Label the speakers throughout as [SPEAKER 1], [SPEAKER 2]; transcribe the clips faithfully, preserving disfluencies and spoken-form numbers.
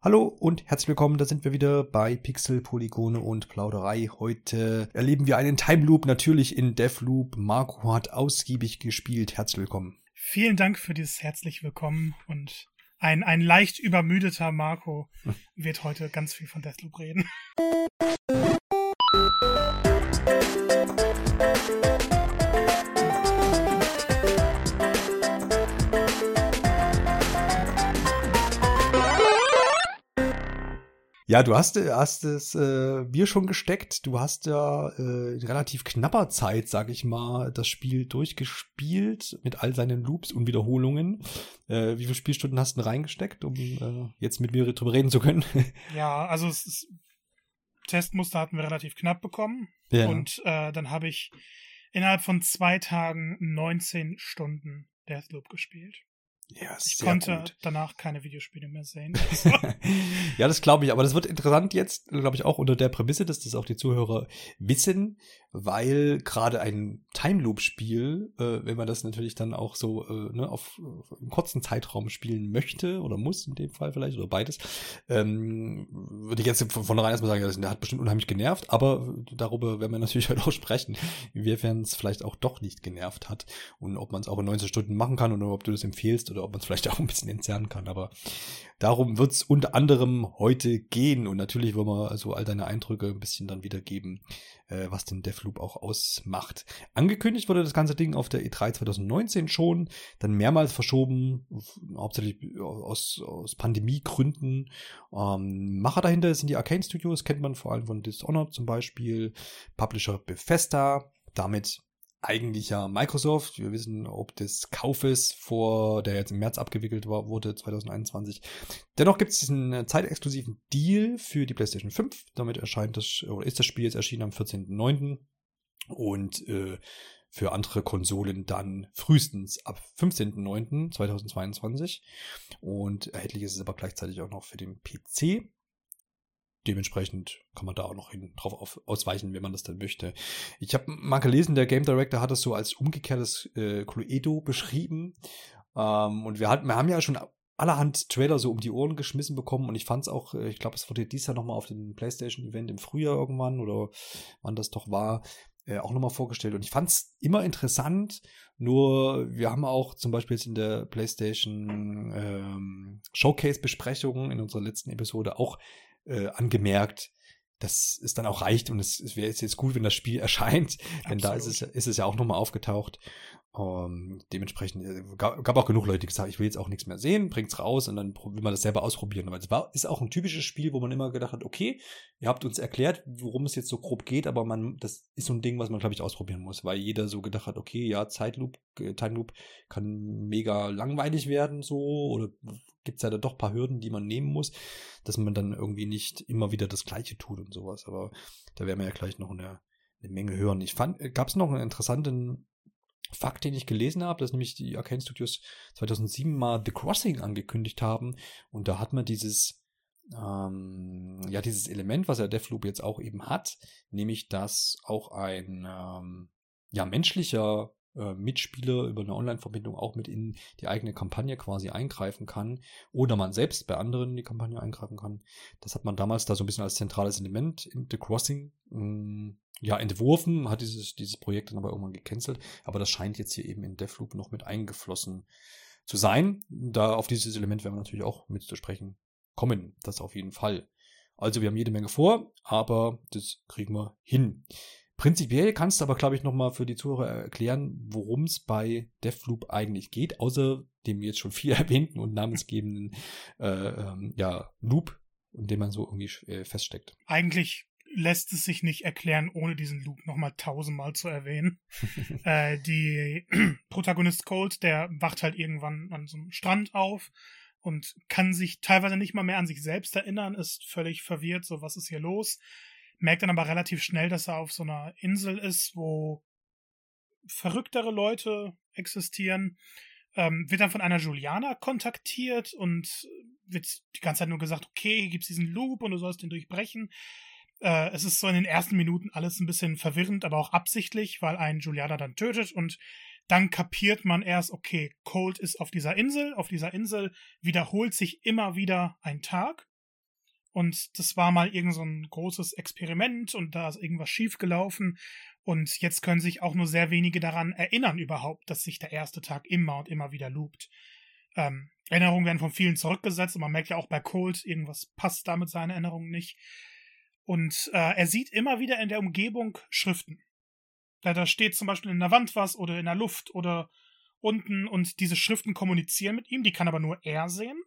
[SPEAKER 1] Hallo und herzlich willkommen, da sind wir wieder bei Pixel, Polygone und Plauderei. Heute erleben wir einen Time Loop, natürlich in Deathloop. Marco hat ausgiebig gespielt. Herzlich willkommen.
[SPEAKER 2] Vielen Dank für dieses herzlich willkommen und ein, ein leicht übermüdeter Marco wird heute ganz viel von Deathloop reden.
[SPEAKER 1] Ja, du hast, hast das äh, Bier schon gesteckt. Du hast ja äh, in relativ knapper Zeit, sag ich mal, das Spiel durchgespielt mit all seinen Loops und Wiederholungen. Äh, wie viele Spielstunden hast du reingesteckt, um äh, jetzt mit mir drüber reden zu können?
[SPEAKER 2] Ja, also es ist, Testmuster hatten wir relativ knapp bekommen.
[SPEAKER 1] Ja.
[SPEAKER 2] Und äh, dann habe ich innerhalb von zwei Tagen neunzehn Stunden Deathloop gespielt.
[SPEAKER 1] Ja,
[SPEAKER 2] ich
[SPEAKER 1] sehr
[SPEAKER 2] konnte
[SPEAKER 1] gut.
[SPEAKER 2] danach keine Videospiele mehr sehen.
[SPEAKER 1] Ja, das glaube ich. Aber das wird interessant jetzt, glaube ich, auch unter der Prämisse, dass das auch die Zuhörer wissen, weil gerade ein Time-Loop-Spiel, äh, wenn man das natürlich dann auch so äh, ne, auf, auf einem kurzen Zeitraum spielen möchte oder muss in dem Fall vielleicht oder beides, ähm, würde ich jetzt von vornherein erstmal sagen, ja, das hat bestimmt unheimlich genervt, aber darüber werden wir natürlich heute auch sprechen, inwiefern es vielleicht auch doch nicht genervt hat und ob man es auch in neunzehn Stunden machen kann oder ob du das empfehlst oder ob man es vielleicht auch ein bisschen entzerren kann. Aber darum wird es unter anderem heute gehen und natürlich wollen wir also all deine Eindrücke ein bisschen dann wiedergeben, äh, was den Deathloop auch ausmacht. Angekündigt wurde das ganze Ding auf der E drei zwanzig neunzehn schon, dann mehrmals verschoben, hauptsächlich aus, aus Pandemiegründen. Ähm, Macher dahinter sind die Arcane Studios, kennt man vor allem von Dishonored zum Beispiel, Publisher Bethesda, damit eigentlich ja Microsoft. Wir wissen, ob des Kaufes vor, der jetzt im März abgewickelt war, wurde zwanzig einundzwanzig. Dennoch gibt es diesen zeitexklusiven Deal für die PlayStation fünf. Damit erscheint das, oder ist das Spiel jetzt erschienen am vierzehnten neunten und äh, für andere Konsolen dann frühestens ab fünfzehnten neunten zweitausendzweiundzwanzig. Und erhältlich ist es aber gleichzeitig auch noch für den P C. Dementsprechend kann man da auch noch hin drauf auf, ausweichen, wenn man das dann möchte. Ich habe mal gelesen, der Game Director hat das so als umgekehrtes äh, Cluedo beschrieben. Ähm, und wir, hatten, wir haben ja schon allerhand Trailer so um die Ohren geschmissen bekommen. Und ich fand es auch, ich glaube, es wurde dieses Jahr nochmal auf dem PlayStation-Event im Frühjahr irgendwann oder wann das doch war, äh, auch nochmal vorgestellt. Und ich fand es immer interessant. Nur wir haben auch zum Beispiel jetzt in der PlayStation ähm, Showcase-Besprechung in unserer letzten Episode auch Äh, angemerkt, dass es dann auch reicht und es, es wäre jetzt gut, wenn das Spiel erscheint, denn Absolut. Da ist es, ist es ja auch nochmal aufgetaucht. Um, dementsprechend äh, gab, gab auch genug Leute, die gesagt haben, ich will jetzt auch nichts mehr sehen, bringt's raus und dann will man das selber ausprobieren. Aber es war, ist auch ein typisches Spiel, wo man immer gedacht hat, okay, ihr habt uns erklärt, worum es jetzt so grob geht, aber man, das ist so ein Ding, was man, glaube ich, ausprobieren muss, weil jeder so gedacht hat, okay, ja, Zeitloop, äh, Time Loop kann mega langweilig werden, so, oder gibt's ja da doch ein paar Hürden, die man nehmen muss, dass man dann irgendwie nicht immer wieder das Gleiche tut und sowas. Aber da werden wir ja gleich noch eine, eine Menge hören. Ich fand, gab es noch einen interessanten Fakt, den ich gelesen habe, dass nämlich die Arcane Studios zweitausendsieben mal The Crossing angekündigt haben und da hat man dieses ähm, ja dieses Element, was ja Deathloop jetzt auch eben hat, nämlich dass auch ein ähm, ja menschlicher äh, Mitspieler über eine Online-Verbindung auch mit in die eigene Kampagne quasi eingreifen kann oder man selbst bei anderen in die Kampagne eingreifen kann. Das hat man damals da so ein bisschen als zentrales Element in The Crossing mh, ja, entworfen, hat dieses, dieses Projekt dann aber irgendwann gecancelt, aber das scheint jetzt hier eben in Deathloop noch mit eingeflossen zu sein. Da auf dieses Element werden wir natürlich auch mit zu sprechen kommen, das auf jeden Fall. Also wir haben jede Menge vor, aber das kriegen wir hin. Prinzipiell kannst du aber, glaube ich, nochmal für die Zuhörer erklären, worum es bei Deathloop eigentlich geht, außer dem jetzt schon viel erwähnten und namensgebenden äh, ähm, ja, Loop, in dem man so irgendwie äh, feststeckt.
[SPEAKER 2] Eigentlich lässt es sich nicht erklären, ohne diesen Loop nochmal tausendmal zu erwähnen. äh, die Protagonist Colt, der wacht halt irgendwann an so einem Strand auf und kann sich teilweise nicht mal mehr an sich selbst erinnern, ist völlig verwirrt, so was ist hier los. Merkt dann aber relativ schnell, dass er auf so einer Insel ist, wo verrücktere Leute existieren. Ähm, wird dann von einer Juliana kontaktiert und wird die ganze Zeit nur gesagt, okay, hier gibt's diesen Loop und du sollst den durchbrechen. Äh, es ist so in den ersten Minuten alles ein bisschen verwirrend, aber auch absichtlich, weil ein Juliana dann tötet und dann kapiert man erst, okay, Colt ist auf dieser Insel, auf dieser Insel wiederholt sich immer wieder ein Tag und das war mal irgend so ein großes Experiment und da ist irgendwas schiefgelaufen und jetzt können sich auch nur sehr wenige daran erinnern überhaupt, dass sich der erste Tag immer und immer wieder loopt. Ähm, Erinnerungen werden von vielen zurückgesetzt und man merkt ja auch bei Colt, irgendwas passt da mit seinen Erinnerungen nicht. Und äh, er sieht immer wieder in der Umgebung Schriften. Da, da steht zum Beispiel in der Wand was oder in der Luft oder unten und diese Schriften kommunizieren mit ihm, die kann aber nur er sehen.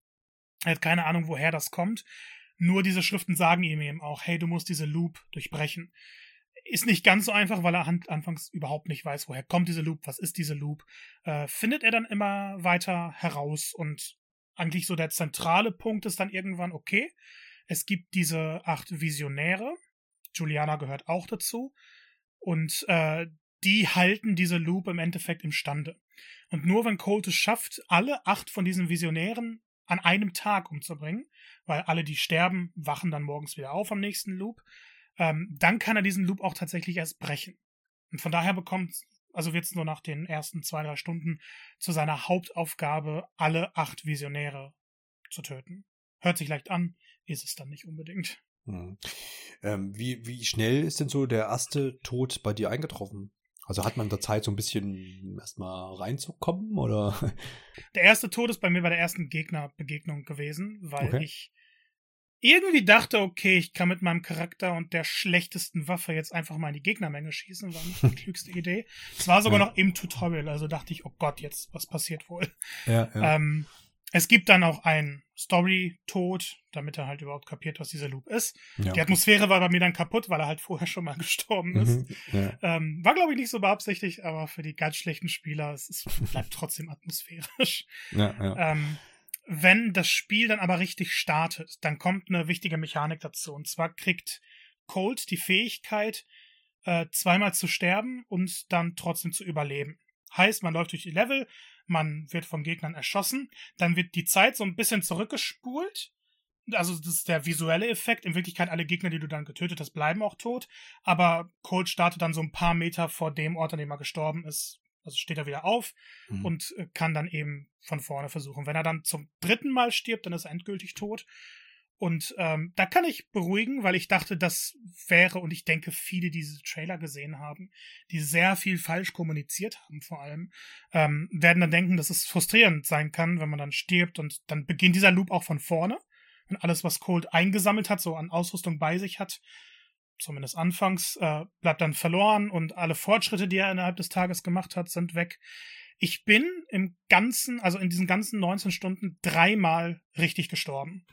[SPEAKER 2] Er hat keine Ahnung, woher das kommt. Nur diese Schriften sagen ihm eben auch, hey, du musst diese Loop durchbrechen. Ist nicht ganz so einfach, weil er anfangs überhaupt nicht weiß, woher kommt diese Loop, was ist diese Loop. Äh, findet er dann immer weiter heraus und eigentlich so der zentrale Punkt ist dann irgendwann, okay, es gibt diese acht Visionäre, Juliana gehört auch dazu und äh, die halten diese Loop im Endeffekt imstande. Und nur wenn Colt es schafft, alle acht von diesen Visionären an einem Tag umzubringen, weil alle, die sterben, wachen dann morgens wieder auf am nächsten Loop, ähm, dann kann er diesen Loop auch tatsächlich erst brechen. Und von daher bekommt, also wird es nur nach den ersten zwei, drei Stunden zu seiner Hauptaufgabe, alle acht Visionäre zu töten. Hört sich leicht an, ist es dann nicht unbedingt.
[SPEAKER 1] Hm. Ähm, wie, wie schnell ist denn so der erste Tod bei dir eingetroffen? Also hat man da Zeit, so ein bisschen erstmal reinzukommen, oder?
[SPEAKER 2] Der erste Tod ist bei mir bei der ersten Gegnerbegegnung gewesen, weil
[SPEAKER 1] Okay.
[SPEAKER 2] ich irgendwie dachte, okay, ich kann mit meinem Charakter und der schlechtesten Waffe jetzt einfach mal in die Gegnermenge schießen, war nicht die klügste Idee. Es war sogar
[SPEAKER 1] Ja.
[SPEAKER 2] noch im Tutorial, also dachte ich, oh Gott, jetzt, was passiert wohl?
[SPEAKER 1] Ja, ja.
[SPEAKER 2] Ähm, es gibt dann auch einen Story-Tod, damit er halt überhaupt kapiert, was dieser Loop ist.
[SPEAKER 1] ja.
[SPEAKER 2] Die Atmosphäre war bei mir dann kaputt, weil er halt vorher schon mal gestorben ist.
[SPEAKER 1] Mhm. Ja.
[SPEAKER 2] Ähm, war, glaube ich, nicht so beabsichtigt, aber für die ganz schlechten Spieler, es ist, bleibt trotzdem atmosphärisch.
[SPEAKER 1] Ja, ja.
[SPEAKER 2] Ähm, wenn das Spiel dann aber richtig startet, dann kommt eine wichtige Mechanik dazu. Und zwar kriegt Colt die Fähigkeit, äh, zweimal zu sterben und dann trotzdem zu überleben. Heißt, man läuft durch die Level, man wird von Gegnern erschossen, dann wird die Zeit so ein bisschen zurückgespult. Also das ist der visuelle Effekt. In Wirklichkeit, alle Gegner, die du dann getötet hast, bleiben auch tot. Aber Colt startet dann so ein paar Meter vor dem Ort, an dem er gestorben ist. Also steht er wieder auf
[SPEAKER 1] Mhm.
[SPEAKER 2] und äh, kann dann eben von vorne versuchen. Wenn er dann zum dritten Mal stirbt, dann ist er endgültig tot. Und ähm, da kann ich beruhigen, weil ich dachte, das wäre, und ich denke, viele, die diese Trailer gesehen haben, die sehr viel falsch kommuniziert haben vor allem, ähm, werden dann denken, dass es frustrierend sein kann, wenn man dann stirbt. Und dann beginnt dieser Loop auch von vorne. Und alles, was Colt eingesammelt hat, so an Ausrüstung bei sich hat, zumindest anfangs, äh, bleibt dann verloren und alle Fortschritte, die er innerhalb des Tages gemacht hat, sind weg. Ich bin im ganzen, also in diesen ganzen neunzehn Stunden dreimal richtig gestorben.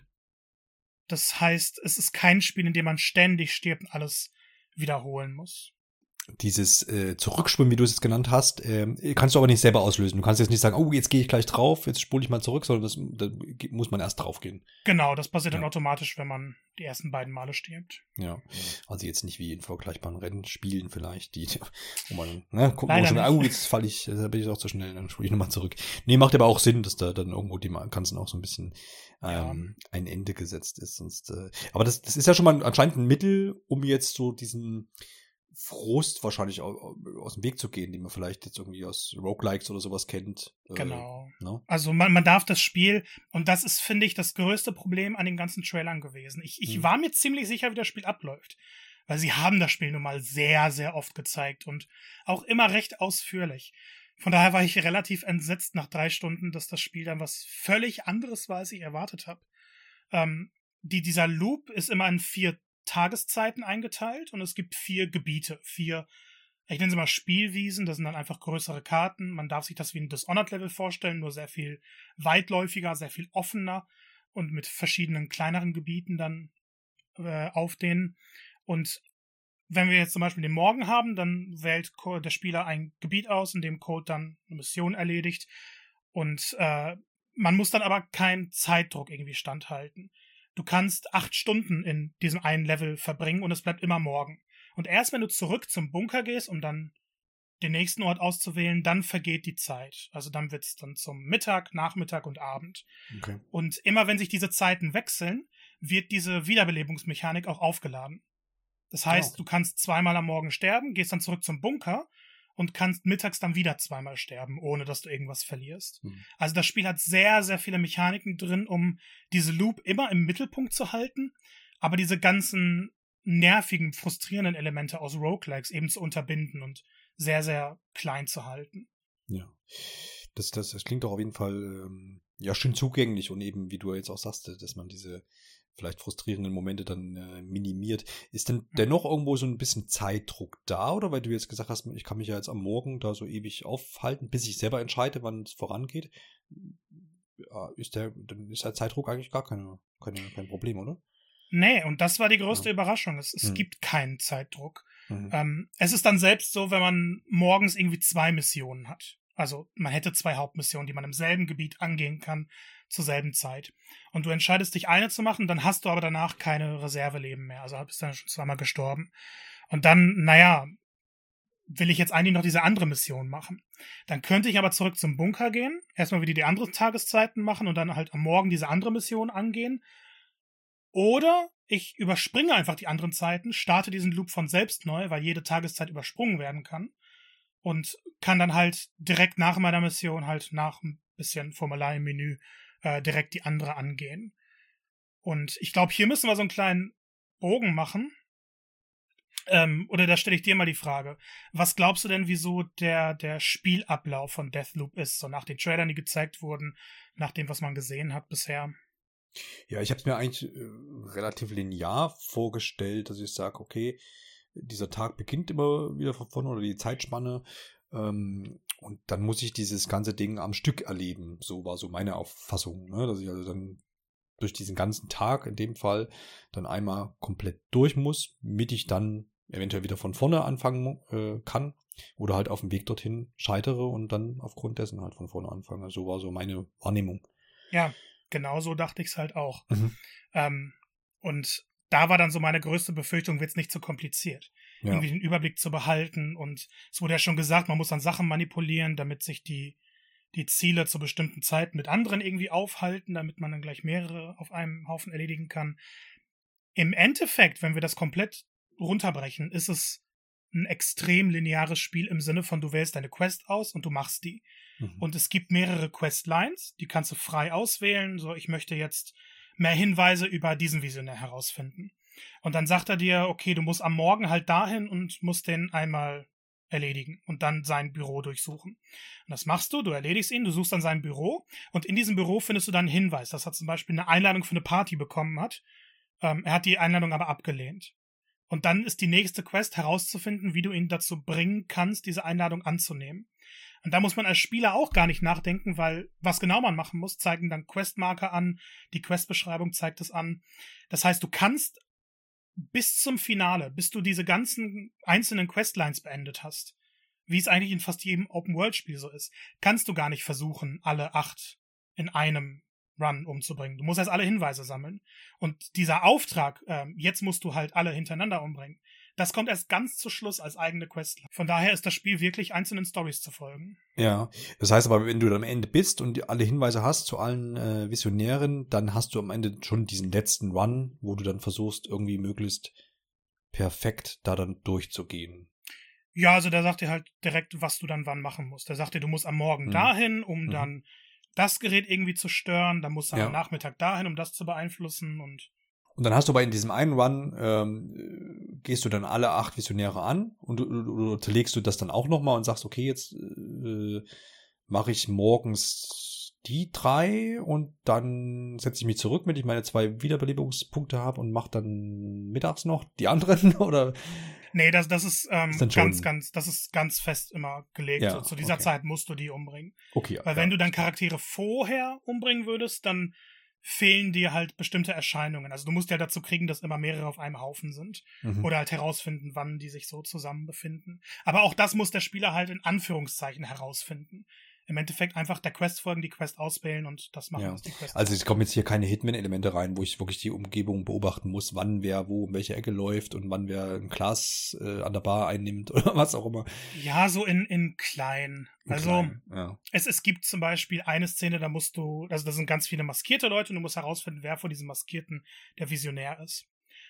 [SPEAKER 2] Das heißt, es ist kein Spiel, in dem man ständig stirbt und alles wiederholen muss.
[SPEAKER 1] Dieses äh, Zurückspulen, wie du es jetzt genannt hast, ähm, kannst du aber nicht selber auslösen. Du kannst jetzt nicht sagen, oh, jetzt gehe ich gleich drauf, jetzt spule ich mal zurück, sondern das, da muss man erst drauf gehen.
[SPEAKER 2] Genau, das passiert
[SPEAKER 1] Ja.
[SPEAKER 2] dann automatisch, wenn man die ersten beiden Male stirbt.
[SPEAKER 1] Ja, also jetzt nicht wie in vergleichbaren Rennspielen vielleicht, die, wo man, ne, guckt
[SPEAKER 2] Leider
[SPEAKER 1] man schon,
[SPEAKER 2] nicht.
[SPEAKER 1] oh, jetzt falle ich, da bin ich auch zu schnell, dann spule ich nochmal zurück. Nee, macht aber auch Sinn, dass da dann irgendwo dem Ganzen auch so ein bisschen ähm, ein Ende gesetzt ist. Sonst, äh, aber das, das ist ja schon mal anscheinend ein Mittel, um jetzt so diesen Frust wahrscheinlich au- aus dem Weg zu gehen, den man vielleicht jetzt irgendwie aus Roguelikes oder sowas kennt. Äh,
[SPEAKER 2] Genau.
[SPEAKER 1] ne?
[SPEAKER 2] Also man, man darf das Spiel, und das ist, finde ich, das größte Problem an den ganzen Trailern gewesen. Ich, ich
[SPEAKER 1] Hm.
[SPEAKER 2] war mir ziemlich sicher, wie das Spiel abläuft. Weil sie haben das Spiel nun mal sehr, sehr oft gezeigt und auch immer recht ausführlich. Von daher war ich relativ entsetzt nach drei Stunden, dass das Spiel dann was völlig anderes war, als ich erwartet habe. Ähm, die, dieser Loop ist immer in vier Tageszeiten eingeteilt und es gibt vier Gebiete, vier, ich nenne sie mal Spielwiesen, das sind dann einfach größere Karten. Man darf sich das wie ein Dishonored-Level vorstellen, nur sehr viel weitläufiger, sehr viel offener und mit verschiedenen kleineren Gebieten dann äh, auf denen. Und wenn wir jetzt zum Beispiel den Morgen haben, dann wählt der Spieler ein Gebiet aus, in dem Code dann eine Mission erledigt. Und äh, man muss dann aber keinen Zeitdruck irgendwie standhalten. Du kannst acht Stunden in diesem einen Level verbringen und es bleibt immer morgen. Und erst wenn du zurück zum Bunker gehst, um dann den nächsten Ort auszuwählen, dann vergeht die Zeit. Also dann wird's dann zum Mittag, Nachmittag und Abend.
[SPEAKER 1] Okay.
[SPEAKER 2] Und immer wenn sich diese Zeiten wechseln, wird diese Wiederbelebungsmechanik auch aufgeladen. Das heißt,
[SPEAKER 1] Ah, okay.
[SPEAKER 2] du kannst zweimal am Morgen sterben, gehst dann zurück zum Bunker und kannst mittags dann wieder zweimal sterben, ohne dass du irgendwas verlierst.
[SPEAKER 1] Mhm.
[SPEAKER 2] Also das Spiel hat sehr, sehr viele Mechaniken drin, um diese Loop immer im Mittelpunkt zu halten, aber diese ganzen nervigen, frustrierenden Elemente aus Roguelikes eben zu unterbinden und sehr, sehr klein zu halten.
[SPEAKER 1] Ja, das, das, das klingt doch auf jeden Fall ähm, ja schön zugänglich und eben, wie du jetzt auch sagst, dass man diese vielleicht frustrierenden Momente dann äh, minimiert. Ist denn dennoch irgendwo so ein bisschen Zeitdruck da? Oder weil du jetzt gesagt hast, ich kann mich ja jetzt am Morgen da so ewig aufhalten, bis ich selber entscheide, wann es vorangeht. Ja, ist der, dann ist der Zeitdruck eigentlich gar keine, keine, kein Problem, oder?
[SPEAKER 2] Nee, und das war die größte
[SPEAKER 1] Ja.
[SPEAKER 2] Überraschung. Es, es
[SPEAKER 1] Hm.
[SPEAKER 2] gibt keinen Zeitdruck.
[SPEAKER 1] Mhm.
[SPEAKER 2] Ähm, es ist dann selbst so, wenn man morgens irgendwie zwei Missionen hat. Also man hätte zwei Hauptmissionen, die man im selben Gebiet angehen kann, zur selben Zeit. Und du entscheidest dich, eine zu machen, dann hast du aber danach keine Reserveleben mehr. Also bist dann schon zweimal gestorben. Und dann, naja, will ich jetzt eigentlich noch diese andere Mission machen. Dann könnte ich aber zurück zum Bunker gehen, erstmal wieder die anderen Tageszeiten machen und dann halt am Morgen diese andere Mission angehen. Oder ich überspringe einfach die anderen Zeiten, starte diesen Loop von selbst neu, weil jede Tageszeit übersprungen werden kann. Und kann dann halt direkt nach meiner Mission, halt nach ein bisschen Formular im Menü, äh, direkt die andere angehen. Und ich glaube, hier müssen wir so einen kleinen Bogen machen. Ähm, oder da stelle ich dir mal die Frage. Was glaubst du denn, wieso der, der Spielablauf von Deathloop ist? So nach den Trailern, die gezeigt wurden, nach dem, was man gesehen hat bisher.
[SPEAKER 1] Ja, ich habe es mir eigentlich äh, relativ linear vorgestellt, dass ich sage, okay, dieser Tag beginnt immer wieder von vorne oder die Zeitspanne ähm, und dann muss ich dieses ganze Ding am Stück erleben. So war so meine Auffassung, ne? Dass ich also dann durch diesen ganzen Tag in dem Fall dann einmal komplett durch muss, damit ich dann eventuell wieder von vorne anfangen äh, kann oder halt auf dem Weg dorthin scheitere und dann aufgrund dessen halt von vorne anfange. So war so meine Wahrnehmung.
[SPEAKER 2] Ja, genau so dachte ich es halt auch.
[SPEAKER 1] Mhm.
[SPEAKER 2] Ähm, und da war dann so meine größte Befürchtung, wird es nicht zu kompliziert,
[SPEAKER 1] Ja.
[SPEAKER 2] irgendwie den Überblick zu behalten. Und es wurde ja schon gesagt, man muss dann Sachen manipulieren, damit sich die, die Ziele zu bestimmten Zeiten mit anderen irgendwie aufhalten, damit man dann gleich mehrere auf einem Haufen erledigen kann. Im Endeffekt, wenn wir das komplett runterbrechen, ist es ein extrem lineares Spiel im Sinne von, du wählst deine Quest aus und du machst die.
[SPEAKER 1] Mhm.
[SPEAKER 2] Und es gibt mehrere Questlines, die kannst du frei auswählen. So, ich möchte jetzt mehr Hinweise über diesen Visionär herausfinden. Und dann sagt er dir, okay, du musst am Morgen halt dahin und musst den einmal erledigen und dann sein Büro durchsuchen. Und das machst du, du erledigst ihn, du suchst dann sein Büro und in diesem Büro findest du dann einen Hinweis, dass er zum Beispiel eine Einladung für eine Party bekommen hat. Ähm, er hat die Einladung aber abgelehnt. Und dann ist die nächste Quest herauszufinden, wie du ihn dazu bringen kannst, diese Einladung anzunehmen. Und da muss man als Spieler auch gar nicht nachdenken, weil was genau man machen muss, zeigen dann Questmarker an, die Questbeschreibung zeigt es an. Das heißt, du kannst bis zum Finale, bis du diese ganzen einzelnen Questlines beendet hast, wie es eigentlich in fast jedem Open-World-Spiel so ist, kannst du gar nicht versuchen, alle acht in einem Run umzubringen. Du musst erst alle Hinweise sammeln. Und dieser Auftrag, ähm, jetzt musst du halt alle hintereinander umbringen, das kommt erst ganz zu Schluss als eigene Quest. Von daher ist das Spiel wirklich einzelnen Storys zu folgen.
[SPEAKER 1] Ja, das heißt aber, wenn du dann am Ende bist und alle Hinweise hast zu allen äh, Visionären, dann hast du am Ende schon diesen letzten Run, wo du dann versuchst, irgendwie möglichst perfekt da dann durchzugehen.
[SPEAKER 2] Ja, also der sagt dir halt direkt, was du dann wann machen musst. Der sagt dir, du musst am Morgen
[SPEAKER 1] Mhm.
[SPEAKER 2] dahin, um
[SPEAKER 1] Mhm.
[SPEAKER 2] dann das Gerät irgendwie zu stören, dann musst du
[SPEAKER 1] Ja.
[SPEAKER 2] am Nachmittag dahin, um das zu beeinflussen und
[SPEAKER 1] Und dann hast du aber in diesem einen Run, ähm, gehst du dann alle acht Visionäre an und du, du, du legst du das dann auch nochmal und sagst, okay, jetzt äh, mache ich morgens die drei und dann setze ich mich zurück, wenn ich meine zwei Wiederbelebungspunkte habe und mache dann mittags noch die anderen oder?
[SPEAKER 2] nee, das, das ist, ähm,
[SPEAKER 1] Ist dann schon-
[SPEAKER 2] ganz, ganz, das ist ganz fest immer gelegt.
[SPEAKER 1] Ja,
[SPEAKER 2] so, zu dieser
[SPEAKER 1] okay.
[SPEAKER 2] Zeit musst du die umbringen.
[SPEAKER 1] Okay. Ja,
[SPEAKER 2] Weil wenn du dann Charaktere vorher umbringen würdest, dann fehlen dir halt bestimmte Erscheinungen. Also du musst ja dazu kriegen, dass immer mehrere auf einem Haufen sind.
[SPEAKER 1] Mhm.
[SPEAKER 2] Oder halt herausfinden, wann die sich so zusammen befinden. Aber auch das muss der Spieler halt in Anführungszeichen herausfinden. Im Endeffekt einfach der Quest folgen, die Quest auswählen und das machen,
[SPEAKER 1] Ja.
[SPEAKER 2] was die Quest
[SPEAKER 1] Also es kommen jetzt hier keine Hitman-Elemente rein, wo ich wirklich die Umgebung beobachten muss, wann wer wo um welche Ecke läuft und wann wer ein Glas äh, an der Bar einnimmt oder was auch immer.
[SPEAKER 2] Ja, so in, in klein.
[SPEAKER 1] Im
[SPEAKER 2] Also
[SPEAKER 1] Kleinen, ja.
[SPEAKER 2] es, es gibt zum Beispiel eine Szene, da musst du, also da sind ganz viele maskierte Leute und du musst herausfinden, wer von diesen Maskierten der Visionär ist.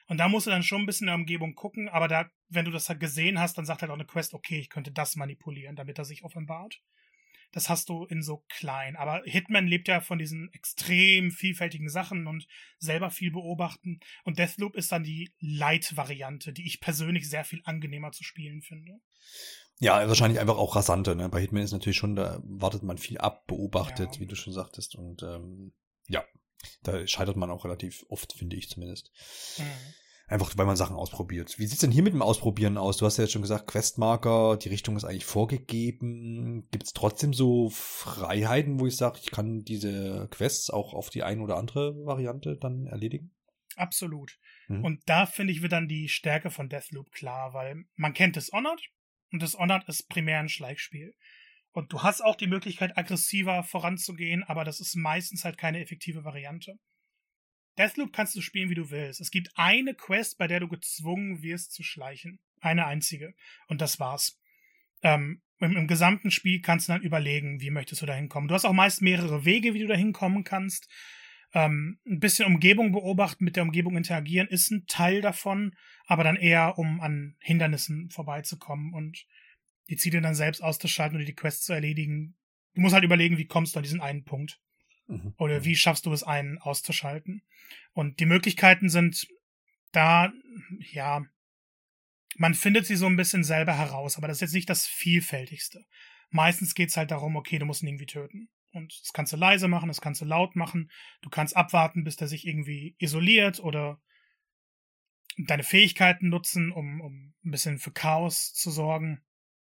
[SPEAKER 2] Und da musst du dann schon ein bisschen in der Umgebung gucken, aber da, wenn du das halt gesehen hast, dann sagt halt auch eine Quest, okay, ich könnte das manipulieren, damit er sich offenbart. Das hast du in so klein. Aber Hitman lebt ja von diesen extrem vielfältigen Sachen und selber viel beobachten. Und Deathloop ist dann die Light-Variante, die ich persönlich sehr viel angenehmer zu spielen finde.
[SPEAKER 1] Ja, wahrscheinlich einfach auch rasanter. Ne? Bei Hitman ist natürlich schon, da wartet man viel ab, beobachtet, ja. Wie du schon sagtest. Und ähm, ja, da scheitert man auch relativ oft, finde ich zumindest. Mhm. Einfach, weil man Sachen ausprobiert. Wie sieht's denn hier mit dem Ausprobieren aus? Du hast ja jetzt schon gesagt, Questmarker, die Richtung ist eigentlich vorgegeben. Gibt's trotzdem so Freiheiten, wo ich sage, ich kann diese Quests auch auf die eine oder andere Variante dann erledigen?
[SPEAKER 2] Absolut. Mhm. Und da, finde ich, wird dann die Stärke von Deathloop klar, weil man kennt Dishonored und Dishonored ist primär ein Schleichspiel. Und du hast auch die Möglichkeit, aggressiver voranzugehen, aber das ist meistens halt keine effektive Variante. Deathloop kannst du spielen, wie du willst. Es gibt eine Quest, bei der du gezwungen wirst zu schleichen. Eine einzige. Und das war's. Ähm, im, im gesamten Spiel kannst du dann überlegen, wie möchtest du da hinkommen. Du hast auch meist mehrere Wege, wie du da hinkommen kannst. Ähm, ein bisschen Umgebung beobachten, mit der Umgebung interagieren, ist ein Teil davon, aber dann eher, um an Hindernissen vorbeizukommen und die Ziele dann selbst auszuschalten oder die Quests zu erledigen. Du musst halt überlegen, wie kommst du an diesen einen Punkt. Oder wie schaffst du es, einen auszuschalten? Und die Möglichkeiten sind da, ja, man findet sie so ein bisschen selber heraus, aber das ist jetzt nicht das Vielfältigste. Meistens geht's halt darum, okay, du musst ihn irgendwie töten. Und das kannst du leise machen, das kannst du laut machen. Du kannst abwarten, bis der sich irgendwie isoliert oder deine Fähigkeiten nutzen, um, um ein bisschen für Chaos zu sorgen.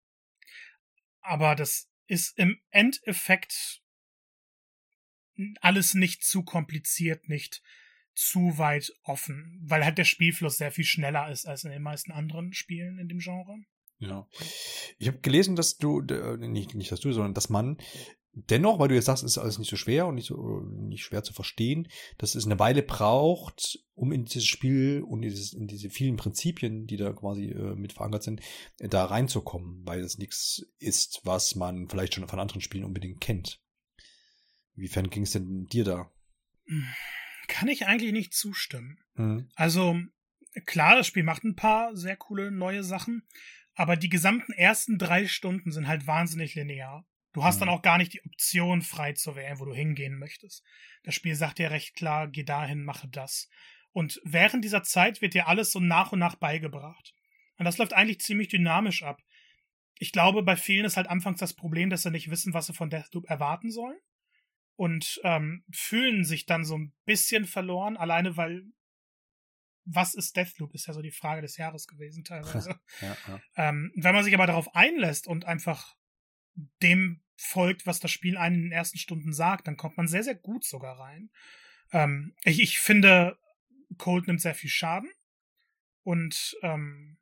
[SPEAKER 2] Aber das ist im Endeffekt alles nicht zu kompliziert, nicht zu weit offen, weil halt der Spielfluss sehr viel schneller ist als in den meisten anderen Spielen in dem Genre.
[SPEAKER 1] Ja. Ich habe gelesen, dass du, nicht, nicht dass du, sondern dass man dennoch, weil du jetzt sagst, es ist alles nicht so schwer und nicht so nicht schwer zu verstehen, dass es eine Weile braucht, um in dieses Spiel und in, dieses, in diese vielen Prinzipien, die da quasi äh, mit verankert sind, äh, da reinzukommen, weil es nichts ist, was man vielleicht schon von anderen Spielen unbedingt kennt. Inwiefern ging es denn dir da?
[SPEAKER 2] Kann ich eigentlich nicht zustimmen.
[SPEAKER 1] Mhm.
[SPEAKER 2] Also, klar, das Spiel macht ein paar sehr coole neue Sachen, aber die gesamten ersten drei Stunden sind halt wahnsinnig linear. Du hast mhm. dann auch gar nicht die Option, frei zu wählen, wo du hingehen möchtest. Das Spiel sagt dir recht klar, geh dahin, mache das. Und während dieser Zeit wird dir alles so nach und nach beigebracht. Und das läuft eigentlich ziemlich dynamisch ab. Ich glaube, bei vielen ist halt anfangs das Problem, dass sie nicht wissen, was sie von Deathloop erwarten sollen. Und ähm, fühlen sich dann so ein bisschen verloren, alleine weil was ist Deathloop, ist ja so die Frage des Jahres gewesen teilweise.
[SPEAKER 1] ja, ja.
[SPEAKER 2] Ähm, wenn man sich aber darauf einlässt und einfach dem folgt, was das Spiel einen in den ersten Stunden sagt, dann kommt man sehr, sehr gut sogar rein. Ähm, ich, ich finde, Cold nimmt sehr viel Schaden und ähm,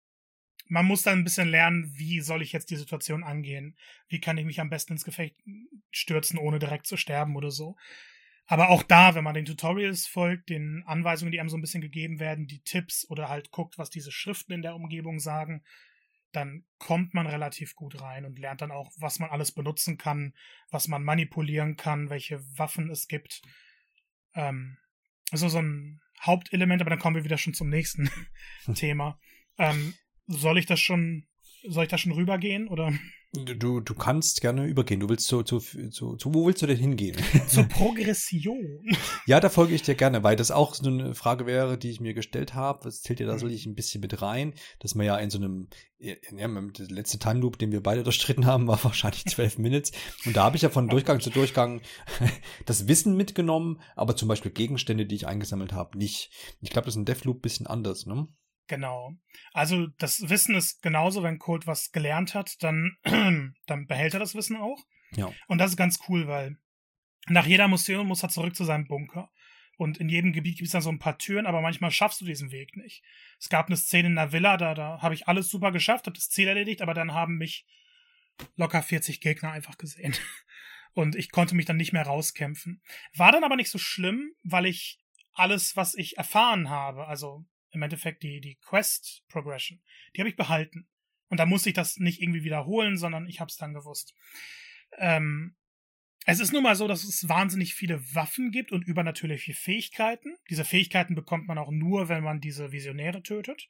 [SPEAKER 2] man muss dann ein bisschen lernen, wie soll ich jetzt die Situation angehen? Wie kann ich mich am besten ins Gefecht stürzen, ohne direkt zu sterben oder so? Aber auch da, wenn man den Tutorials folgt, den Anweisungen, die einem so ein bisschen gegeben werden, die Tipps oder halt guckt, was diese Schriften in der Umgebung sagen, dann kommt man relativ gut rein und lernt dann auch, was man alles benutzen kann, was man manipulieren kann, welche Waffen es gibt. Ähm, also so ein Hauptelement, aber dann kommen wir wieder schon zum nächsten Thema. Ähm, Soll ich das schon, soll ich da schon rübergehen, oder?
[SPEAKER 1] Du, du kannst gerne übergehen. Du willst zu, zu, zu, zu, wo willst du denn hingehen?
[SPEAKER 2] Zur Progression.
[SPEAKER 1] Ja, da folge ich dir gerne, weil das auch so eine Frage wäre, die ich mir gestellt habe. Das zählt ja da sicherlich ein bisschen mit rein, dass man ja in so einem, ja, der letzte Time Loop, den wir beide durchstritten haben, war wahrscheinlich zwölf Minutes. Und da habe ich ja von Durchgang zu Durchgang das Wissen mitgenommen, aber zum Beispiel Gegenstände, die ich eingesammelt habe, nicht. Ich glaube, das ist in Deathloop ein bisschen anders, ne?
[SPEAKER 2] Genau. Also das Wissen ist genauso, wenn Colt was gelernt hat, dann, dann behält er das Wissen auch.
[SPEAKER 1] Ja.
[SPEAKER 2] Und das ist ganz cool, weil nach jeder Mission muss er zurück zu seinem Bunker. Und in jedem Gebiet gibt es dann so ein paar Türen, aber manchmal schaffst du diesen Weg nicht. Es gab eine Szene in der Villa, da, da habe ich alles super geschafft, habe das Ziel erledigt, aber dann haben mich locker vierzig Gegner einfach gesehen. Und ich konnte mich dann nicht mehr rauskämpfen. War dann aber nicht so schlimm, weil ich alles, was ich erfahren habe, also im Endeffekt die, die Quest-Progression, die habe ich behalten. Und da musste ich das nicht irgendwie wiederholen, sondern ich habe es dann gewusst. Ähm, Es ist nun mal so, dass es wahnsinnig viele Waffen gibt und übernatürliche Fähigkeiten. Diese Fähigkeiten bekommt man auch nur, wenn man diese Visionäre tötet.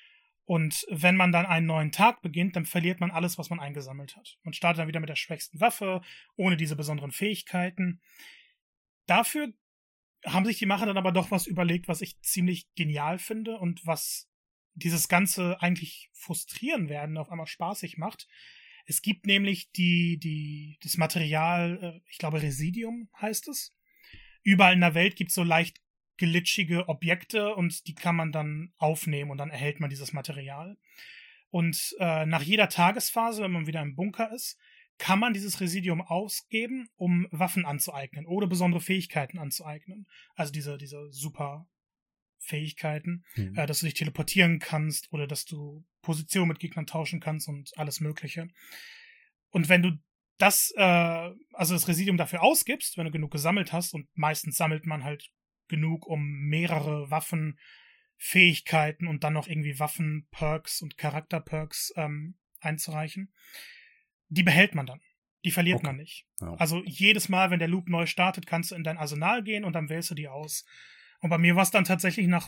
[SPEAKER 2] Und wenn man dann einen neuen Tag beginnt, dann verliert man alles, was man eingesammelt hat. Man startet dann wieder mit der schwächsten Waffe, ohne diese besonderen Fähigkeiten. Dafür haben sich die Macher dann aber doch was überlegt, was ich ziemlich genial finde und was dieses Ganze eigentlich frustrieren werden auf einmal spaßig macht. Es gibt nämlich die, die, das Material, ich glaube Residium heißt es. Überall in der Welt gibt es so leicht glitschige Objekte und die kann man dann aufnehmen und dann erhält man dieses Material. Und äh, nach jeder Tagesphase, wenn man wieder im Bunker ist, kann man dieses Residium ausgeben, um Waffen anzueignen oder besondere Fähigkeiten anzueignen. Also diese, diese super Fähigkeiten, mhm. äh, dass du dich teleportieren kannst oder dass du Position mit Gegnern tauschen kannst und alles Mögliche. Und wenn du das, äh, also das Residium dafür ausgibst, wenn du genug gesammelt hast, und meistens sammelt man halt genug, um mehrere Waffen, Fähigkeiten und dann noch irgendwie Waffen-Perks und Charakter-Perks ähm, einzureichen, die behält man dann. Die verliert okay. man nicht. Ja. Also jedes Mal, wenn der Loop neu startet, kannst du in dein Arsenal gehen und dann wählst du die aus. Und bei mir war es dann tatsächlich nach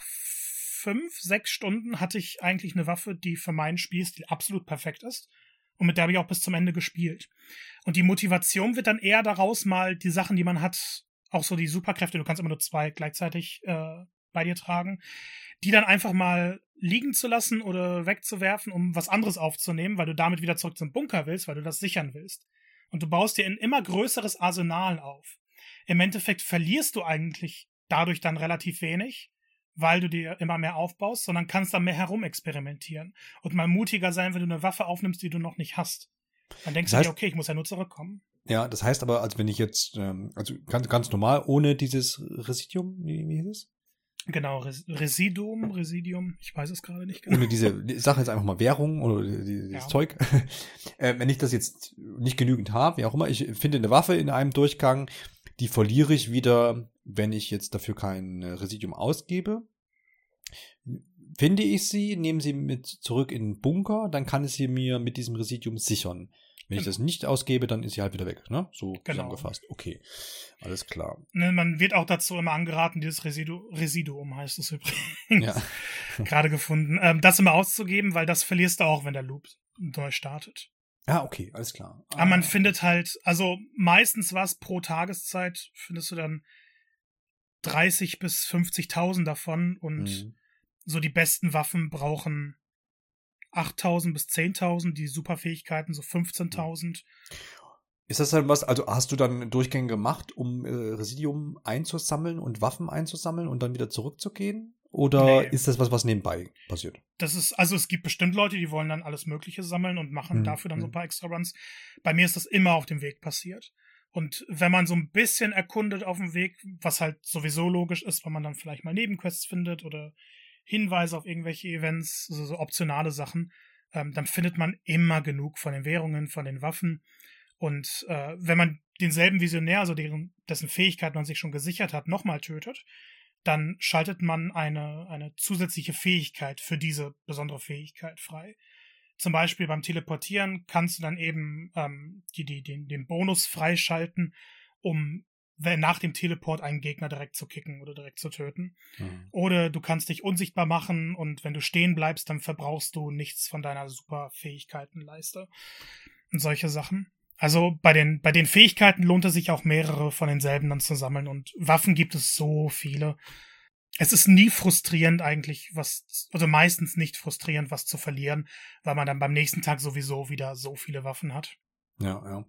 [SPEAKER 2] fünf, sechs Stunden hatte ich eigentlich eine Waffe, die für meinen Spielstil absolut perfekt ist. Und mit der habe ich auch bis zum Ende gespielt. Und die Motivation wird dann eher daraus mal die Sachen, die man hat, auch so die Superkräfte, du kannst immer nur zwei gleichzeitig äh, bei dir tragen, die dann einfach mal liegen zu lassen oder wegzuwerfen, um was anderes aufzunehmen, weil du damit wieder zurück zum Bunker willst, weil du das sichern willst. Und du baust dir ein immer größeres Arsenal auf. Im Endeffekt verlierst du eigentlich dadurch dann relativ wenig, weil du dir immer mehr aufbaust, sondern kannst dann mehr herumexperimentieren und mal mutiger sein, wenn du eine Waffe aufnimmst, die du noch nicht hast. Dann denkst das heißt, du dir, okay, ich muss ja nur zurückkommen.
[SPEAKER 1] Ja, das heißt aber, als wenn ich jetzt, ähm, also ganz, ganz normal, ohne dieses Residium, wie, wie hieß es?
[SPEAKER 2] Genau, Res- Residuum, Residium, ich weiß es gerade nicht genau.
[SPEAKER 1] Ohne diese, ich sage jetzt einfach mal Währung oder dieses ja. Zeug. äh, wenn ich das jetzt nicht genügend habe, wie auch immer, ich finde eine Waffe in einem Durchgang, die verliere ich wieder, wenn ich jetzt dafür kein Residium ausgebe. Finde ich sie, nehme sie mit zurück in den Bunker, dann kann ich sie mir mit diesem Residium sichern. Wenn ich das nicht ausgebe, dann ist sie halt wieder weg, ne? So genau. Zusammengefasst. Okay, alles klar.
[SPEAKER 2] Ne, man wird auch dazu immer angeraten, dieses Residu- Residuum heißt es übrigens,
[SPEAKER 1] ja.
[SPEAKER 2] gerade gefunden, ähm, das immer auszugeben, weil das verlierst du auch, wenn der Loop neu startet.
[SPEAKER 1] Ah, okay, alles klar. Ah.
[SPEAKER 2] Aber man findet halt, also meistens was pro Tageszeit, findest du dann dreißig bis fünfzigtausend davon und mhm. so die besten Waffen brauchen achttausend bis zehntausend, die Superfähigkeiten so fünfzehntausend.
[SPEAKER 1] Ist das dann was, also hast du dann Durchgänge gemacht, um äh, Residium einzusammeln und Waffen einzusammeln und dann wieder zurückzugehen? Oder nee. Ist das was, was nebenbei passiert?
[SPEAKER 2] Das ist, also es gibt bestimmt Leute, die wollen dann alles Mögliche sammeln und machen hm. dafür dann hm. so ein paar extra Runs. Bei mir ist das immer auf dem Weg passiert. Und wenn man so ein bisschen erkundet auf dem Weg, was halt sowieso logisch ist, weil man dann vielleicht mal Nebenquests findet oder Hinweise auf irgendwelche Events, also so optionale Sachen, ähm, dann findet man immer genug von den Währungen, von den Waffen. Und äh, wenn man denselben Visionär, also deren, dessen Fähigkeit man sich schon gesichert hat, nochmal tötet, dann schaltet man eine, eine zusätzliche Fähigkeit für diese besondere Fähigkeit frei. Zum Beispiel beim Teleportieren kannst du dann eben ähm, die, die, den, den Bonus freischalten, um nach dem Teleport einen Gegner direkt zu kicken oder direkt zu töten. Mhm. Oder du kannst dich unsichtbar machen und wenn du stehen bleibst, dann verbrauchst du nichts von deiner Superfähigkeitenleiste und solche Sachen. Also bei den, bei den Fähigkeiten lohnt es sich auch mehrere von denselben dann zu sammeln und Waffen gibt es so viele. Es ist nie frustrierend eigentlich, was, also meistens nicht frustrierend, was zu verlieren, weil man dann beim nächsten Tag sowieso wieder so viele Waffen hat.
[SPEAKER 1] Ja, ja.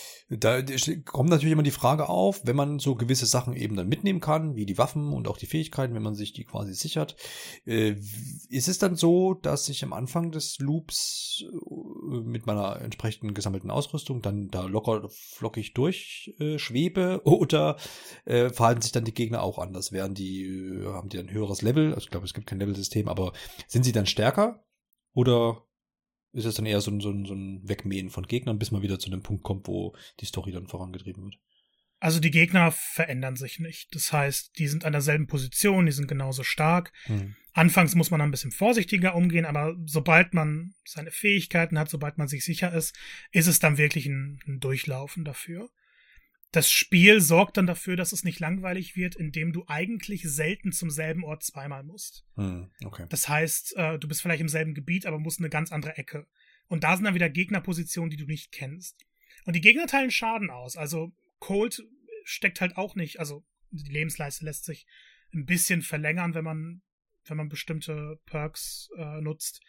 [SPEAKER 1] Da kommt natürlich immer die Frage auf, wenn man so gewisse Sachen eben dann mitnehmen kann, wie die Waffen und auch die Fähigkeiten, wenn man sich die quasi sichert. Äh, ist es dann so, dass ich am Anfang des Loops äh, mit meiner entsprechenden gesammelten Ausrüstung dann da locker flockig durchschwebe äh, oder äh, verhalten sich dann die Gegner auch anders? Werden die, äh, haben die ein höheres Level? Also ich glaube, es gibt kein Level-System, aber sind sie dann stärker oder ist es dann eher so ein, so, ein, so ein Wegmähen von Gegnern, bis man wieder zu dem Punkt kommt, wo die Story dann vorangetrieben wird?
[SPEAKER 2] Also die Gegner verändern sich nicht. Das heißt, die sind an derselben Position, die sind genauso stark. Hm. Anfangs muss man ein bisschen vorsichtiger umgehen, aber sobald man seine Fähigkeiten hat, sobald man sich sicher ist, ist es dann wirklich ein, ein Durchlaufen dafür. das Spiel sorgt dann dafür, dass es nicht langweilig wird, indem du eigentlich selten zum selben Ort zweimal musst.
[SPEAKER 1] Hm, okay.
[SPEAKER 2] Das heißt, äh, du bist vielleicht im selben Gebiet, aber musst in eine ganz andere Ecke. Und da sind dann wieder Gegnerpositionen, die du nicht kennst. Und die Gegner teilen Schaden aus. Also Colt steckt halt auch nicht, also die Lebensleiste lässt sich ein bisschen verlängern, wenn man, wenn man bestimmte Perks äh, nutzt.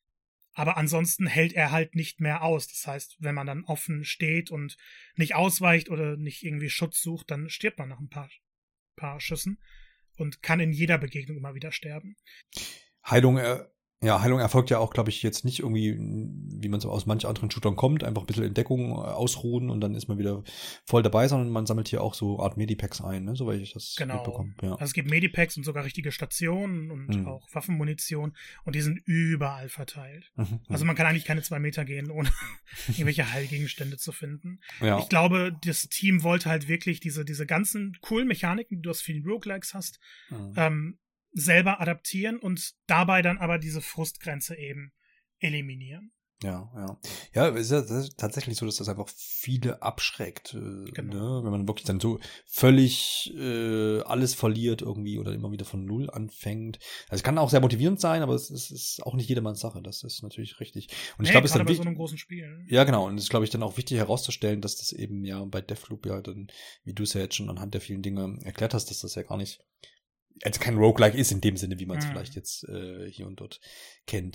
[SPEAKER 2] Aber ansonsten hält er halt nicht mehr aus. Das heißt, wenn man dann offen steht und nicht ausweicht oder nicht irgendwie Schutz sucht, dann stirbt man nach ein paar, paar Schüssen und kann in jeder Begegnung immer wieder sterben.
[SPEAKER 1] Heilung, äh, ja, Heilung erfolgt ja auch, glaube ich, jetzt nicht irgendwie, wie man so aus manchen anderen Shootern kommt, einfach ein bisschen in Deckung äh, ausruhen und dann ist man wieder voll dabei, sondern man sammelt hier auch so Art Medipacks ein, ne, soweit ich das
[SPEAKER 2] genau.
[SPEAKER 1] mitbekomme. Ja.
[SPEAKER 2] Also es gibt Medipacks und sogar richtige Stationen und mhm. auch Waffenmunition und die sind überall verteilt. Mhm. Also man kann eigentlich keine zwei Meter gehen, ohne irgendwelche Heilgegenstände zu finden. Ja. Ich glaube, das Team wollte halt wirklich diese, diese ganzen coolen Mechaniken, die du aus vielen Roguelikes hast, mhm. ähm, selber adaptieren und dabei dann aber diese Frustgrenze eben eliminieren.
[SPEAKER 1] Ja, ja. Ja, es ist ja das ist tatsächlich so, dass das einfach viele abschreckt. Äh, genau. Ne? Wenn man wirklich dann so völlig äh, alles verliert irgendwie oder immer wieder von Null anfängt. Also es kann auch sehr motivierend sein, aber es ist, es ist auch nicht jedermanns Sache. Das ist natürlich richtig. Und ich
[SPEAKER 2] nee,
[SPEAKER 1] glaube, es ist
[SPEAKER 2] dann
[SPEAKER 1] bei
[SPEAKER 2] so einem großen Spiel.
[SPEAKER 1] Ja, genau. Und es ist, glaube ich, dann auch wichtig herauszustellen, dass das eben ja bei Deathloop ja dann, wie du es ja jetzt schon anhand der vielen Dinge erklärt hast, dass das ja gar nicht also kein Roguelike ist in dem Sinne, wie man es mhm. vielleicht jetzt äh, hier und dort kennt.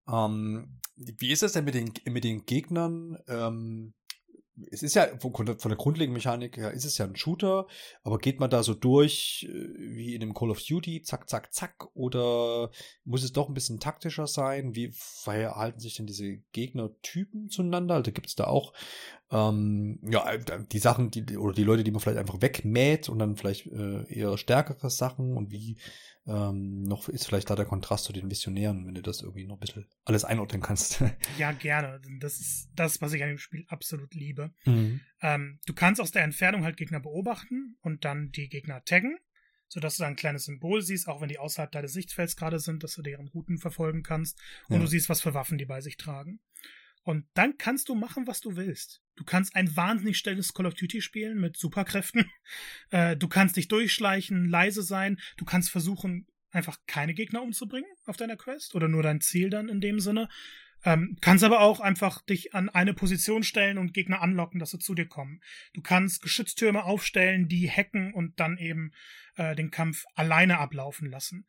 [SPEAKER 1] Ähm, wie ist das denn mit den, mit den Gegnern? Ähm, es ist ja von, von der grundlegenden Mechanik her ist es ja ein Shooter, aber geht man da so durch wie in einem Call of Duty, zack, zack, zack, oder muss es doch ein bisschen taktischer sein? Wie verhalten sich denn diese Gegnertypen zueinander? Also gibt es da auch ähm, ja die Sachen, die oder die Leute, die man vielleicht einfach wegmäht und dann vielleicht äh, eher stärkere Sachen und wie ähm, noch ist vielleicht da der Kontrast zu den Visionären, wenn du das irgendwie noch ein bisschen alles einordnen kannst.
[SPEAKER 2] Ja, gerne. Das ist das, was ich an dem Spiel absolut liebe.
[SPEAKER 1] Mhm.
[SPEAKER 2] Ähm, du kannst aus der Entfernung halt Gegner beobachten und dann die Gegner taggen, sodass du da ein kleines Symbol siehst, auch wenn die außerhalb deines Sichtfelds gerade sind, dass du deren Routen verfolgen kannst und ja. du siehst, was für Waffen die bei sich tragen. Und dann kannst du machen, was du willst. Du kannst ein wahnsinnig schnelles Call of Duty spielen mit Superkräften. Äh, du kannst dich durchschleichen, leise sein. Du kannst versuchen, einfach keine Gegner umzubringen auf deiner Quest oder nur dein Ziel dann in dem Sinne. Ähm, kannst aber auch einfach dich an eine Position stellen und Gegner anlocken, dass sie zu dir kommen. Du kannst Geschütztürme aufstellen, die hacken und dann eben äh, den Kampf alleine ablaufen lassen.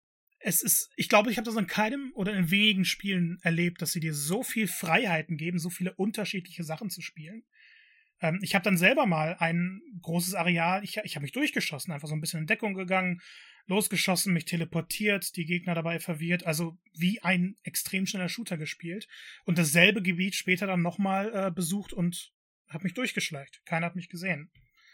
[SPEAKER 2] Es ist, ich glaube, ich habe das in keinem oder in wenigen Spielen erlebt, dass sie dir so viel Freiheiten geben, so viele unterschiedliche Sachen zu spielen. Ähm, ich habe dann selber mal ein großes Areal, ich, ich habe mich durchgeschossen, einfach so ein bisschen in Deckung gegangen, losgeschossen, mich teleportiert, die Gegner dabei verwirrt, also wie ein extrem schneller Shooter gespielt und dasselbe Gebiet später dann nochmal äh, besucht und habe mich durchgeschleicht. Keiner hat mich gesehen.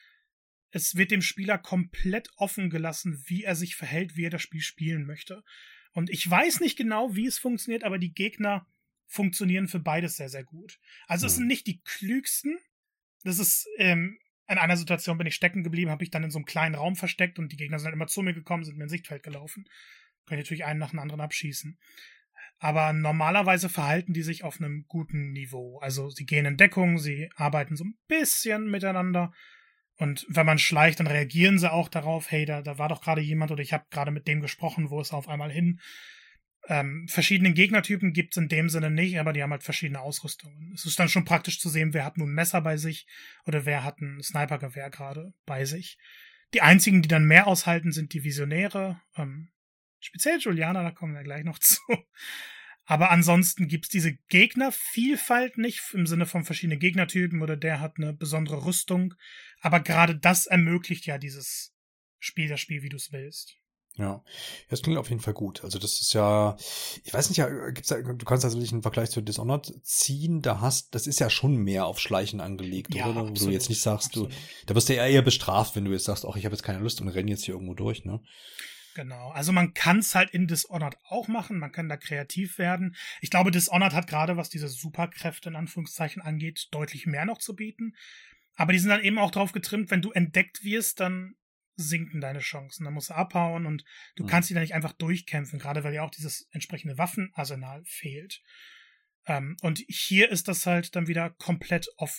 [SPEAKER 2] Es wird dem Spieler komplett offen gelassen, wie er sich verhält, wie er das Spiel spielen möchte. Und ich weiß nicht genau, wie es funktioniert, aber die Gegner funktionieren für beides sehr, sehr gut. Also mhm. es sind nicht die klügsten. Das ist, ähm, in einer Situation bin ich stecken geblieben, habe ich dann in so einem kleinen Raum versteckt und die Gegner sind halt immer zu mir gekommen, sind mir ins Sichtfeld gelaufen. Können natürlich einen nach dem anderen abschießen. Aber normalerweise verhalten die sich auf einem guten Niveau. Also sie gehen in Deckung, sie arbeiten so ein bisschen miteinander. Und wenn man schleicht, dann reagieren sie auch darauf, hey, da, da war doch gerade jemand oder ich habe gerade mit dem gesprochen, wo ist er auf einmal hin? Ähm, verschiedene Gegnertypen gibt's in dem Sinne nicht, aber die haben halt verschiedene Ausrüstungen. Es ist dann schon praktisch zu sehen, wer hat nun ein Messer bei sich oder wer hat ein Snipergewehr gerade bei sich. Die einzigen, die dann mehr aushalten, sind die Visionäre. Ähm, speziell Juliana, da kommen wir gleich noch zu. Aber ansonsten gibt's diese Gegnervielfalt nicht im Sinne von verschiedenen Gegnertypen oder der hat eine besondere Rüstung. Aber gerade das ermöglicht ja dieses Spiel, das Spiel, wie du es willst.
[SPEAKER 1] Ja, das klingt auf jeden Fall gut. Also das ist ja, ich weiß nicht, ja, gibt's da, du kannst natürlich einen Vergleich zu Dishonored ziehen, da hast, das ist ja schon mehr auf Schleichen angelegt,
[SPEAKER 2] ja,
[SPEAKER 1] oder?
[SPEAKER 2] Absolut,
[SPEAKER 1] wo du jetzt nicht sagst,
[SPEAKER 2] absolut.
[SPEAKER 1] du, da wirst du ja eher bestraft, wenn du jetzt sagst, ach, ich habe jetzt keine Lust und renn jetzt hier irgendwo durch, ne?
[SPEAKER 2] Genau, also man kann es halt in Dishonored auch machen, man kann da kreativ werden. Ich glaube, Dishonored hat gerade, was diese Superkräfte in Anführungszeichen angeht, deutlich mehr noch zu bieten. Aber die sind dann eben auch drauf getrimmt, wenn du entdeckt wirst, dann sinken deine Chancen. Dann musst du abhauen und du mhm. kannst die da nicht einfach durchkämpfen, gerade weil ja auch dieses entsprechende Waffenarsenal fehlt. Ähm, und hier ist das halt dann wieder komplett offen.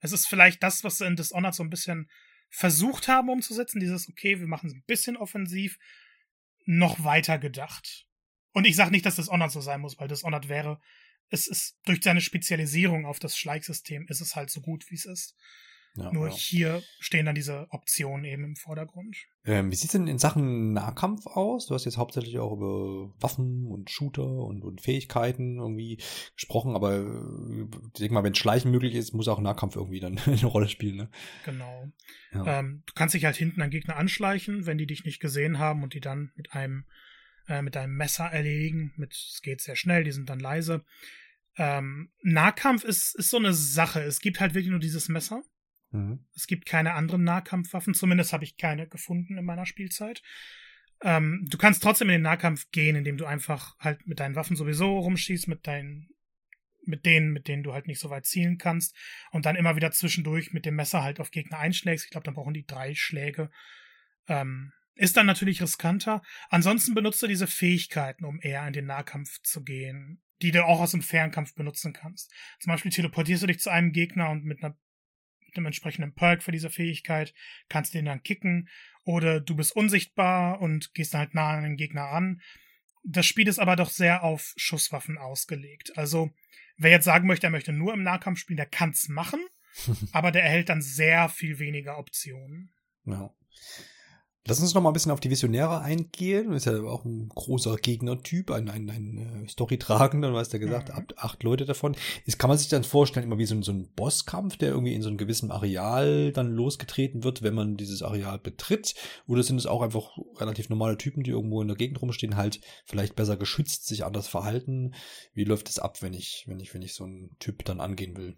[SPEAKER 2] Es ist vielleicht das, was sie in Dishonored so ein bisschen versucht haben umzusetzen, dieses, okay, wir machen es ein bisschen offensiv, noch weiter gedacht. Und ich sage nicht, dass Dishonored so sein muss, weil Dishonored wäre, es ist durch seine Spezialisierung auf das Schleichsystem ist es halt so gut, wie es ist. Ja, Nur ja. hier stehen dann diese Optionen eben im Vordergrund.
[SPEAKER 1] Ähm, wie sieht's denn in Sachen Nahkampf aus? Du hast jetzt hauptsächlich auch über Waffen und Shooter und, und Fähigkeiten irgendwie gesprochen, aber äh, ich denke mal, wenn Schleichen möglich ist, muss auch Nahkampf irgendwie dann eine Rolle spielen, ne?
[SPEAKER 2] Genau. Ja. Ähm, du kannst dich halt hinten an Gegner anschleichen, wenn die dich nicht gesehen haben und die dann mit einem äh, mit einem Messer erledigen. Mit, es geht sehr schnell, die sind dann leise. Ähm, Nahkampf ist, ist so eine Sache. Es gibt halt wirklich nur dieses Messer. Mhm. Es gibt keine anderen Nahkampfwaffen, zumindest habe ich keine gefunden in meiner Spielzeit. Ähm, du kannst trotzdem in den Nahkampf gehen, indem du einfach halt mit deinen Waffen sowieso rumschießt, mit deinen, mit denen, mit denen du halt nicht so weit zielen kannst und dann immer wieder zwischendurch mit dem Messer halt auf Gegner einschlägst. Ich glaube, dann brauchen die drei Schläge. Ähm, ist dann natürlich riskanter. Ansonsten benutzt du diese Fähigkeiten, um eher in den Nahkampf zu gehen, die du auch aus dem Fernkampf benutzen kannst. Zum Beispiel teleportierst du dich zu einem Gegner und mit einer einem entsprechenden Perk für diese Fähigkeit, kannst den dann kicken, oder du bist unsichtbar und gehst dann halt nah an den Gegner ran. Das Spiel ist aber doch sehr auf Schusswaffen ausgelegt. Also, wer jetzt sagen möchte, er möchte nur im Nahkampf spielen, der kann's machen, aber der erhält dann sehr viel weniger Optionen.
[SPEAKER 1] Ja. Lass uns noch mal ein bisschen auf die Visionäre eingehen. Das ist ja auch ein großer Gegnertyp, ein, ein, ein Story-Tragender, du hast ja gesagt, mhm. ab acht Leute davon. Ist, kann man sich dann vorstellen, immer wie so ein, so ein Bosskampf, der irgendwie in so einem gewissen Areal dann losgetreten wird, wenn man dieses Areal betritt? Oder sind es auch einfach relativ normale Typen, die irgendwo in der Gegend rumstehen, halt vielleicht besser geschützt, sich anders verhalten? Wie läuft es ab, wenn ich, wenn ich, wenn ich so einen Typ dann angehen will?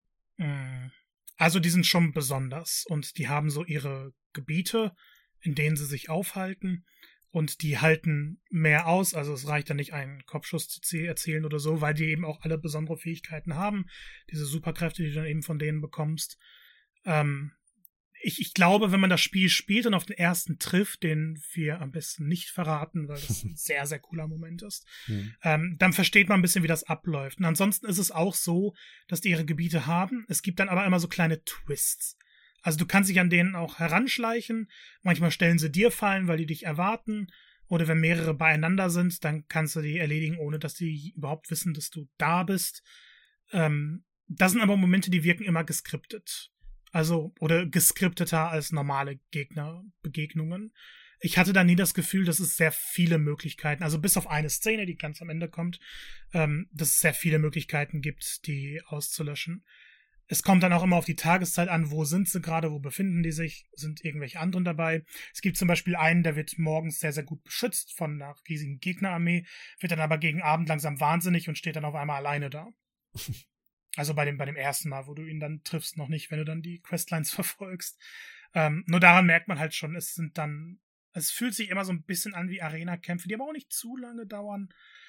[SPEAKER 2] Also die sind schon besonders und die haben so ihre Gebiete, in denen sie sich aufhalten, und die halten mehr aus, also es reicht dann nicht, einen Kopfschuss zu erzielen oder so, weil die eben auch alle besondere Fähigkeiten haben, diese Superkräfte, die du dann eben von denen bekommst. Ähm, ich, ich glaube, wenn man das Spiel spielt und auf den ersten trifft, den wir am besten nicht verraten, weil das ein sehr, sehr cooler Moment ist, mhm. ähm, dann versteht man ein bisschen, wie das abläuft. Und ansonsten ist es auch so, dass die ihre Gebiete haben. Es gibt dann aber immer so kleine Twists. Also du kannst dich an denen auch heranschleichen. Manchmal stellen sie dir Fallen, weil die dich erwarten. Oder wenn mehrere beieinander sind, dann kannst du die erledigen, ohne dass die überhaupt wissen, dass du da bist. Ähm, das sind aber Momente, die wirken immer geskriptet. Also, oder geskripteter als normale Gegnerbegegnungen. Ich hatte da nie das Gefühl, dass es sehr viele Möglichkeiten, also bis auf eine Szene, die ganz am Ende kommt, ähm, dass es sehr viele Möglichkeiten gibt, die auszulöschen. Es kommt dann auch immer auf die Tageszeit an, wo sind sie gerade, wo befinden die sich, sind irgendwelche anderen dabei. Es gibt zum Beispiel einen, der wird morgens sehr, sehr gut beschützt von einer riesigen Gegnerarmee, wird dann aber gegen Abend langsam wahnsinnig und steht dann auf einmal alleine da. Also bei dem, bei dem ersten Mal, wo du ihn dann triffst, noch nicht, wenn du dann die Questlines verfolgst. Ähm, nur daran merkt man halt schon, es sind dann, es fühlt sich immer so ein bisschen an wie Arena-Kämpfe, die aber auch nicht zu lange dauern.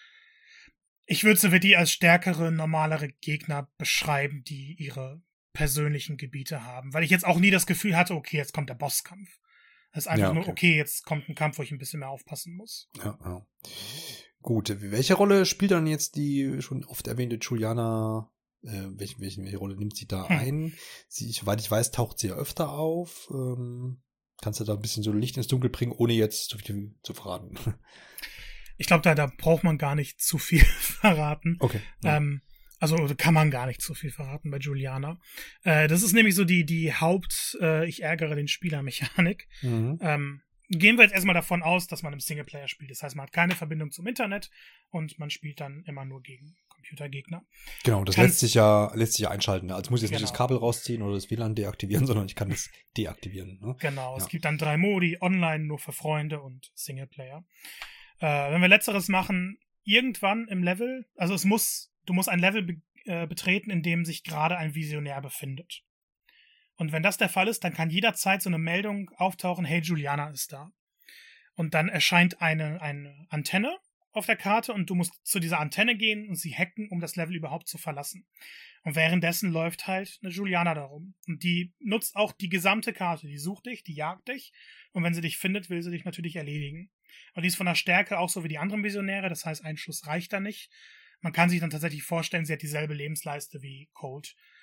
[SPEAKER 2] Ich würde sie wirklich als stärkere, normalere Gegner beschreiben, die ihre persönlichen Gebiete haben. Weil ich jetzt auch nie das Gefühl hatte, okay, jetzt kommt der Bosskampf. Das ist einfach ja, okay. nur, okay, jetzt kommt ein Kampf, wo ich ein bisschen mehr aufpassen muss.
[SPEAKER 1] Ja, ja. Gut, welche Rolle spielt dann jetzt die schon oft erwähnte Juliana? Äh, welche, welche, welche Rolle nimmt sie da hm. ein? Sie, soweit ich weiß, taucht sie ja öfter auf. Ähm, kannst du da ein bisschen so Licht ins Dunkel bringen, ohne jetzt zu viel zu verraten?
[SPEAKER 2] Ich glaube, da, da braucht man gar nicht zu viel verraten.
[SPEAKER 1] Okay. Ja.
[SPEAKER 2] Ähm, also kann man gar nicht zu viel verraten bei Juliana. Äh, das ist nämlich so die, die Haupt, äh, ich ärgere den Spieler-Mechanik. Mhm. Ähm, gehen wir jetzt erstmal davon aus, dass man im Singleplayer spielt. Das heißt, man hat keine Verbindung zum Internet und man spielt dann immer nur gegen Computergegner.
[SPEAKER 1] Genau, das
[SPEAKER 2] Kannst,
[SPEAKER 1] lässt sich ja lässt sich ja einschalten. Also muss ich jetzt
[SPEAKER 2] genau.
[SPEAKER 1] nicht das Kabel rausziehen oder das W L A N deaktivieren, sondern ich kann das deaktivieren. Ne?
[SPEAKER 2] Genau,
[SPEAKER 1] ja.
[SPEAKER 2] Es gibt dann drei Modi, Online, nur für Freunde und Singleplayer. Äh, wenn wir Letzteres machen, irgendwann im Level, also es muss, du musst ein Level be- äh, betreten, in dem sich gerade ein Visionär befindet. Und wenn das der Fall ist, dann kann jederzeit so eine Meldung auftauchen, hey, Juliana ist da. Und dann erscheint eine, eine Antenne auf der Karte und du musst zu dieser Antenne gehen und sie hacken, um das Level überhaupt zu verlassen. Und währenddessen läuft halt eine Juliana darum. Und die nutzt auch die gesamte Karte. Die sucht dich, die jagt dich. Und wenn sie dich findet, will sie dich natürlich erledigen. Und die ist von der Stärke auch so wie die anderen Visionäre. Das heißt, ein Schuss reicht da nicht. Man kann sich dann tatsächlich vorstellen, sie hat dieselbe Lebensleiste wie Colt.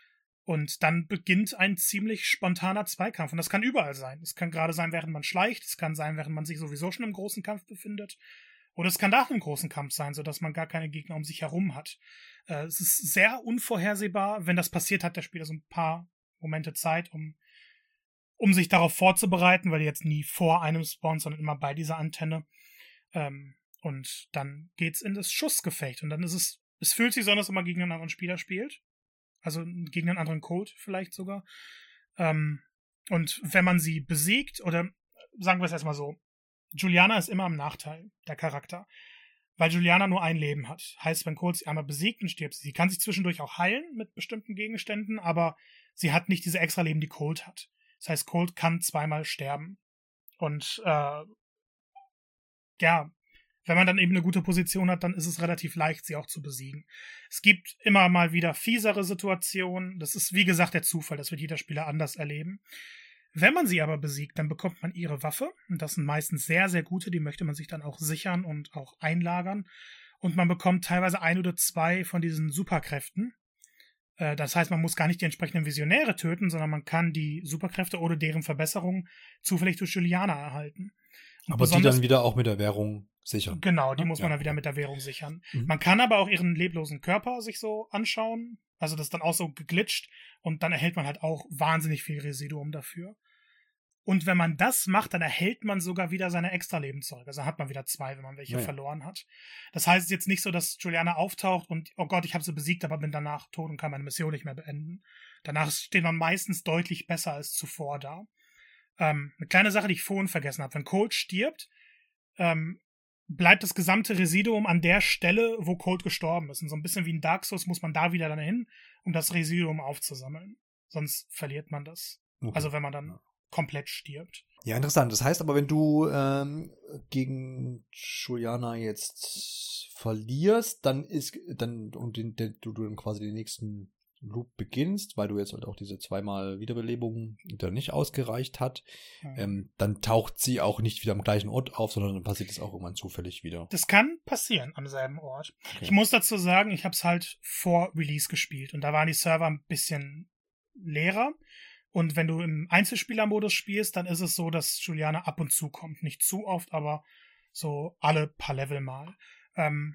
[SPEAKER 2] Und dann beginnt ein ziemlich spontaner Zweikampf. Und das kann überall sein. Es kann gerade sein, während man schleicht. Es kann sein, während man sich sowieso schon im großen Kampf befindet. Oder es kann nach einem großen Kampf sein, sodass man gar keine Gegner um sich herum hat. Äh, es ist sehr unvorhersehbar. Wenn das passiert, hat der Spieler so ein paar Momente Zeit, um, um sich darauf vorzubereiten, weil die jetzt nie vor einem spawnt, sondern immer bei dieser Antenne. Ähm, und dann geht's in das Schussgefecht. Und dann ist es, es fühlt sich so an, dass man gegen einen anderen Spieler spielt. Also gegen einen anderen Code vielleicht sogar. Ähm, und wenn man sie besiegt, oder sagen wir es erstmal so, Juliana ist immer im Nachteil, der Charakter. Weil Juliana nur ein Leben hat. Heißt, wenn Colt sie einmal besiegt, dann stirbt sie. Sie kann sich zwischendurch auch heilen mit bestimmten Gegenständen, aber sie hat nicht diese extra Leben, die Colt hat. Das heißt, Colt kann zweimal sterben. Und äh, ja, wenn man dann eben eine gute Position hat, dann ist es relativ leicht, sie auch zu besiegen. Es gibt immer mal wieder fiesere Situationen. Das ist, wie gesagt, der Zufall. Das wird jeder Spieler anders erleben. Wenn man sie aber besiegt, dann bekommt man ihre Waffe. Und das sind meistens sehr, sehr gute. Die möchte man sich dann auch sichern und auch einlagern. Und man bekommt teilweise ein oder zwei von diesen Superkräften. Äh, das heißt, man muss gar nicht die entsprechenden Visionäre töten, sondern man kann die Superkräfte oder deren Verbesserung zufällig durch Juliana erhalten. Und
[SPEAKER 1] aber die dann wieder auch mit der Währung sichern.
[SPEAKER 2] Genau, die muss man
[SPEAKER 1] ja.
[SPEAKER 2] dann wieder mit der Währung sichern.
[SPEAKER 1] Mhm.
[SPEAKER 2] Man kann aber auch ihren leblosen Körper sich so anschauen. Also das ist dann auch so geglitscht. Und dann erhält man halt auch wahnsinnig viel Residuum dafür. Und wenn man das macht, dann erhält man sogar wieder seine Extra-Leben zurück. Also dann hat man wieder zwei, wenn man welche
[SPEAKER 1] ja.
[SPEAKER 2] verloren hat. Das heißt, es ist jetzt nicht so, dass Juliana auftaucht und, oh Gott, ich habe sie besiegt, aber bin danach tot und kann meine Mission nicht mehr beenden. Danach steht man meistens deutlich besser als zuvor da. Ähm, eine kleine Sache, die ich vorhin vergessen habe. Wenn Colt stirbt, ähm, bleibt das gesamte Residuum an der Stelle, wo Colt gestorben ist. Und so ein bisschen wie in Dark Souls muss man da wieder dann hin, um das Residuum aufzusammeln. Sonst verliert man das. Okay. Also wenn man dann ja. komplett stirbt.
[SPEAKER 1] Ja, interessant. Das heißt aber, wenn du ähm, gegen Juliana jetzt verlierst, dann ist dann und den, den, du, du dann quasi den nächsten Loop beginnst, weil du jetzt halt auch diese zweimal Wiederbelebung da nicht ausgereicht hat, ja. ähm, dann taucht sie auch nicht wieder am gleichen Ort auf, sondern dann passiert es auch irgendwann zufällig wieder.
[SPEAKER 2] Das kann passieren am selben Ort. Okay. Ich muss dazu sagen, ich habe es halt vor Release gespielt und da waren die Server ein bisschen leerer. Und wenn du im Einzelspielermodus spielst, dann ist es so, dass Juliana ab und zu kommt. Nicht zu oft, aber so alle paar Level mal. Ähm,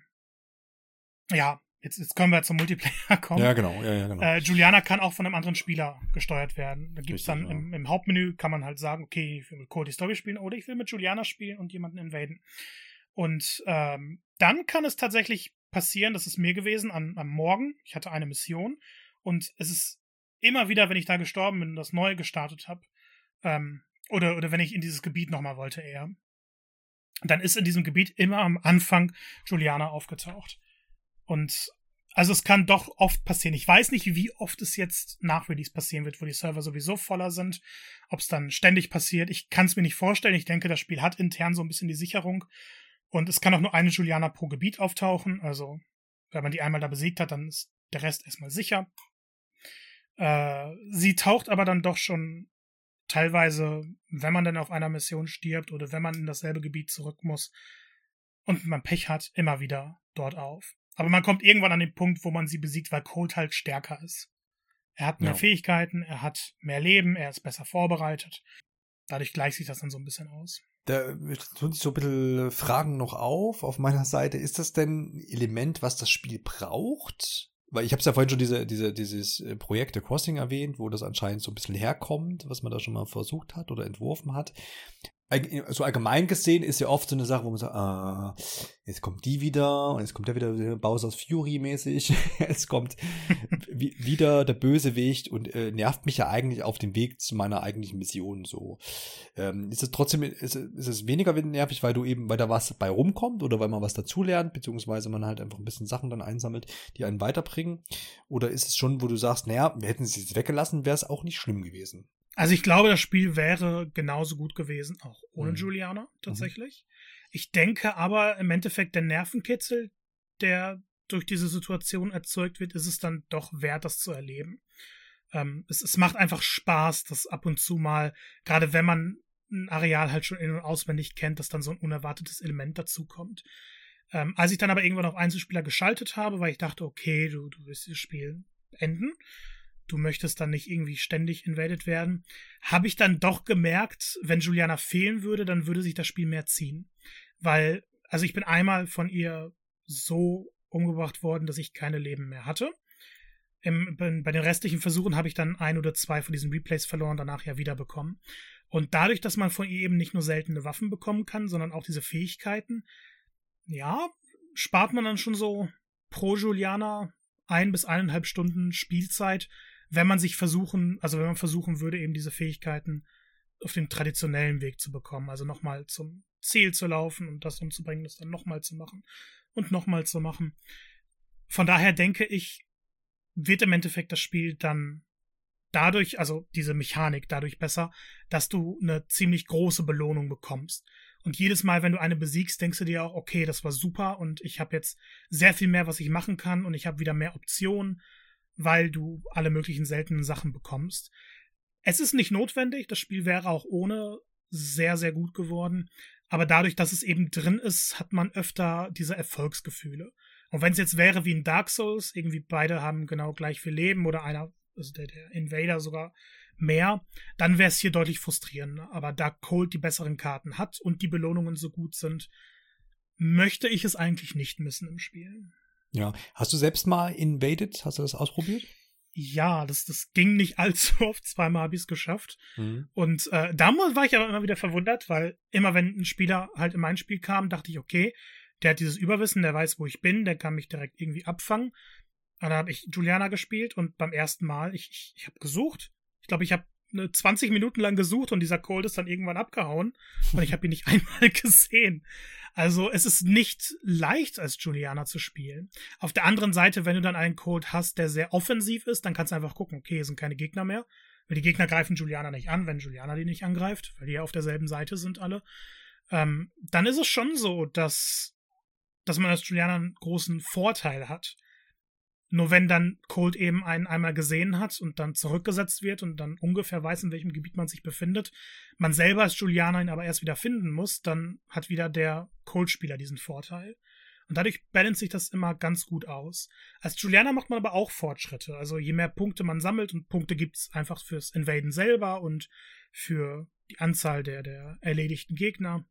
[SPEAKER 2] ja, Jetzt, jetzt können wir zum Multiplayer kommen.
[SPEAKER 1] Ja, genau. Ja, ja, genau.
[SPEAKER 2] Äh, Juliana kann auch von einem anderen Spieler gesteuert werden. Da gibt es dann
[SPEAKER 1] ja.
[SPEAKER 2] im, im Hauptmenü, kann man halt sagen, okay, ich will mit Colt die Story spielen oder ich will mit Juliana spielen und jemanden invaden. Und ähm, dann kann es tatsächlich passieren, das ist mir gewesen, an, am Morgen, ich hatte eine Mission und es ist immer wieder, wenn ich da gestorben bin und das Neue gestartet habe, ähm, oder, oder wenn ich in dieses Gebiet nochmal wollte eher, dann ist in diesem Gebiet immer am Anfang Juliana aufgetaucht. Und also es kann doch oft passieren. Ich weiß nicht, wie oft es jetzt nach Release passieren wird, wo die Server sowieso voller sind. Ob es dann ständig passiert. Ich kann es mir nicht vorstellen. Ich denke, das Spiel hat intern so ein bisschen die Sicherung. Und es kann auch nur eine Juliana pro Gebiet auftauchen. Also wenn man die einmal da besiegt hat, dann ist der Rest erstmal sicher. Äh, sie taucht aber dann doch schon teilweise, wenn man dann auf einer Mission stirbt oder wenn man in dasselbe Gebiet zurück muss und man Pech hat, immer wieder dort auf. Aber man kommt irgendwann an den Punkt, wo man sie besiegt, weil Colt halt stärker ist. Er hat mehr ja. Fähigkeiten, er hat mehr Leben, er ist besser vorbereitet. Dadurch gleicht sich das dann so ein bisschen aus.
[SPEAKER 1] Da tun sich so ein bisschen Fragen noch auf, auf meiner Seite. Ist das denn ein Element, was das Spiel braucht? Weil ich habe es ja vorhin schon diese, diese, dieses Projekt The Crossing erwähnt, wo das anscheinend so ein bisschen herkommt, was man da schon mal versucht hat oder entworfen hat. So allgemein gesehen ist ja oft so eine Sache, wo man sagt, ah, jetzt kommt die wieder und jetzt kommt der wieder Bowser's Fury mäßig, jetzt kommt wieder der Bösewicht und äh, nervt mich ja eigentlich auf dem Weg zu meiner eigentlichen Mission so. Ähm, ist es trotzdem, ist, ist es weniger nervig, weil du eben, weil da was bei rumkommt oder weil man was dazulernt, beziehungsweise man halt einfach ein bisschen Sachen dann einsammelt, die einen weiterbringen? Oder ist es schon, wo du sagst, naja, wir hätten es jetzt weggelassen, wäre es auch nicht schlimm gewesen?
[SPEAKER 2] Also ich glaube, das Spiel wäre genauso gut gewesen, auch ohne mhm. Juliana tatsächlich. Mhm. Ich denke aber im Endeffekt der Nervenkitzel, der durch diese Situation erzeugt wird, ist es dann doch wert, das zu erleben. Ähm, es, es macht einfach Spaß, dass ab und zu mal, gerade wenn man ein Areal halt schon in- und auswendig kennt, dass dann so ein unerwartetes Element dazukommt. Ähm, als ich dann aber irgendwann auf Einzelspieler geschaltet habe, weil ich dachte, okay, du, du willst das Spiel enden, du möchtest dann nicht irgendwie ständig invaded werden, habe ich dann doch gemerkt, wenn Juliana fehlen würde, dann würde sich das Spiel mehr ziehen. Weil, also ich bin einmal von ihr so umgebracht worden, dass ich keine Leben mehr hatte. Im, bei, bei den restlichen Versuchen habe ich dann ein oder zwei von diesen Replays verloren, danach ja wieder bekommen. Und dadurch, dass man von ihr eben nicht nur seltene Waffen bekommen kann, sondern auch diese Fähigkeiten, ja, spart man dann schon so pro Juliana ein bis eineinhalb Stunden Spielzeit, wenn man sich versuchen, also wenn man versuchen würde, eben diese Fähigkeiten auf den traditionellen Weg zu bekommen, also nochmal zum Ziel zu laufen und das umzubringen, das dann nochmal zu machen und nochmal zu machen. Von daher denke ich, wird im Endeffekt das Spiel dann dadurch, also diese Mechanik dadurch besser, dass du eine ziemlich große Belohnung bekommst. Und jedes Mal, wenn du eine besiegst, denkst du dir auch, okay, das war super und ich habe jetzt sehr viel mehr, was ich machen kann und ich habe wieder mehr Optionen, weil du alle möglichen seltenen Sachen bekommst. Es ist nicht notwendig, das Spiel wäre auch ohne sehr, sehr gut geworden, aber dadurch, dass es eben drin ist, hat man öfter diese Erfolgsgefühle. Und wenn es jetzt wäre wie in Dark Souls, irgendwie beide haben genau gleich viel Leben oder einer, also der, der Invader sogar mehr, dann wäre es hier deutlich frustrierender. Aber da Colt die besseren Karten hat und die Belohnungen so gut sind, möchte ich es eigentlich nicht missen im Spiel.
[SPEAKER 1] Ja, hast du selbst mal invaded? Hast du das ausprobiert?
[SPEAKER 2] Ja, das, das ging nicht allzu oft. Zweimal habe ich es geschafft. Mhm. Und äh, damals war ich aber immer wieder verwundert, weil immer wenn ein Spieler halt in mein Spiel kam, dachte ich, okay, der hat dieses Überwissen, der weiß, wo ich bin, der kann mich direkt irgendwie abfangen. Und dann habe ich Juliana gespielt und beim ersten Mal, ich, ich, ich habe gesucht. Ich glaube, ich habe ne, zwanzig Minuten lang gesucht und dieser Colt ist dann irgendwann abgehauen und ich habe ihn nicht einmal gesehen. Also es ist nicht leicht, als Juliana zu spielen. Auf der anderen Seite, wenn du dann einen Colt hast, der sehr offensiv ist, dann kannst du einfach gucken, okay, hier sind keine Gegner mehr. Weil die Gegner greifen Juliana nicht an, wenn Juliana die nicht angreift, weil die ja auf derselben Seite sind alle. Ähm, dann ist es schon so, dass dass man als Juliana einen großen Vorteil hat. Nur wenn dann Colt eben einen einmal gesehen hat und dann zurückgesetzt wird und dann ungefähr weiß, in welchem Gebiet man sich befindet, man selber als Juliana ihn aber erst wieder finden muss, dann hat wieder der Colt-Spieler diesen Vorteil. Und dadurch balanciert sich das immer ganz gut aus. Als Juliana macht man aber auch Fortschritte. Also je mehr Punkte man sammelt, und Punkte gibt's einfach fürs Invaden selber und für die Anzahl der, der erledigten Gegner,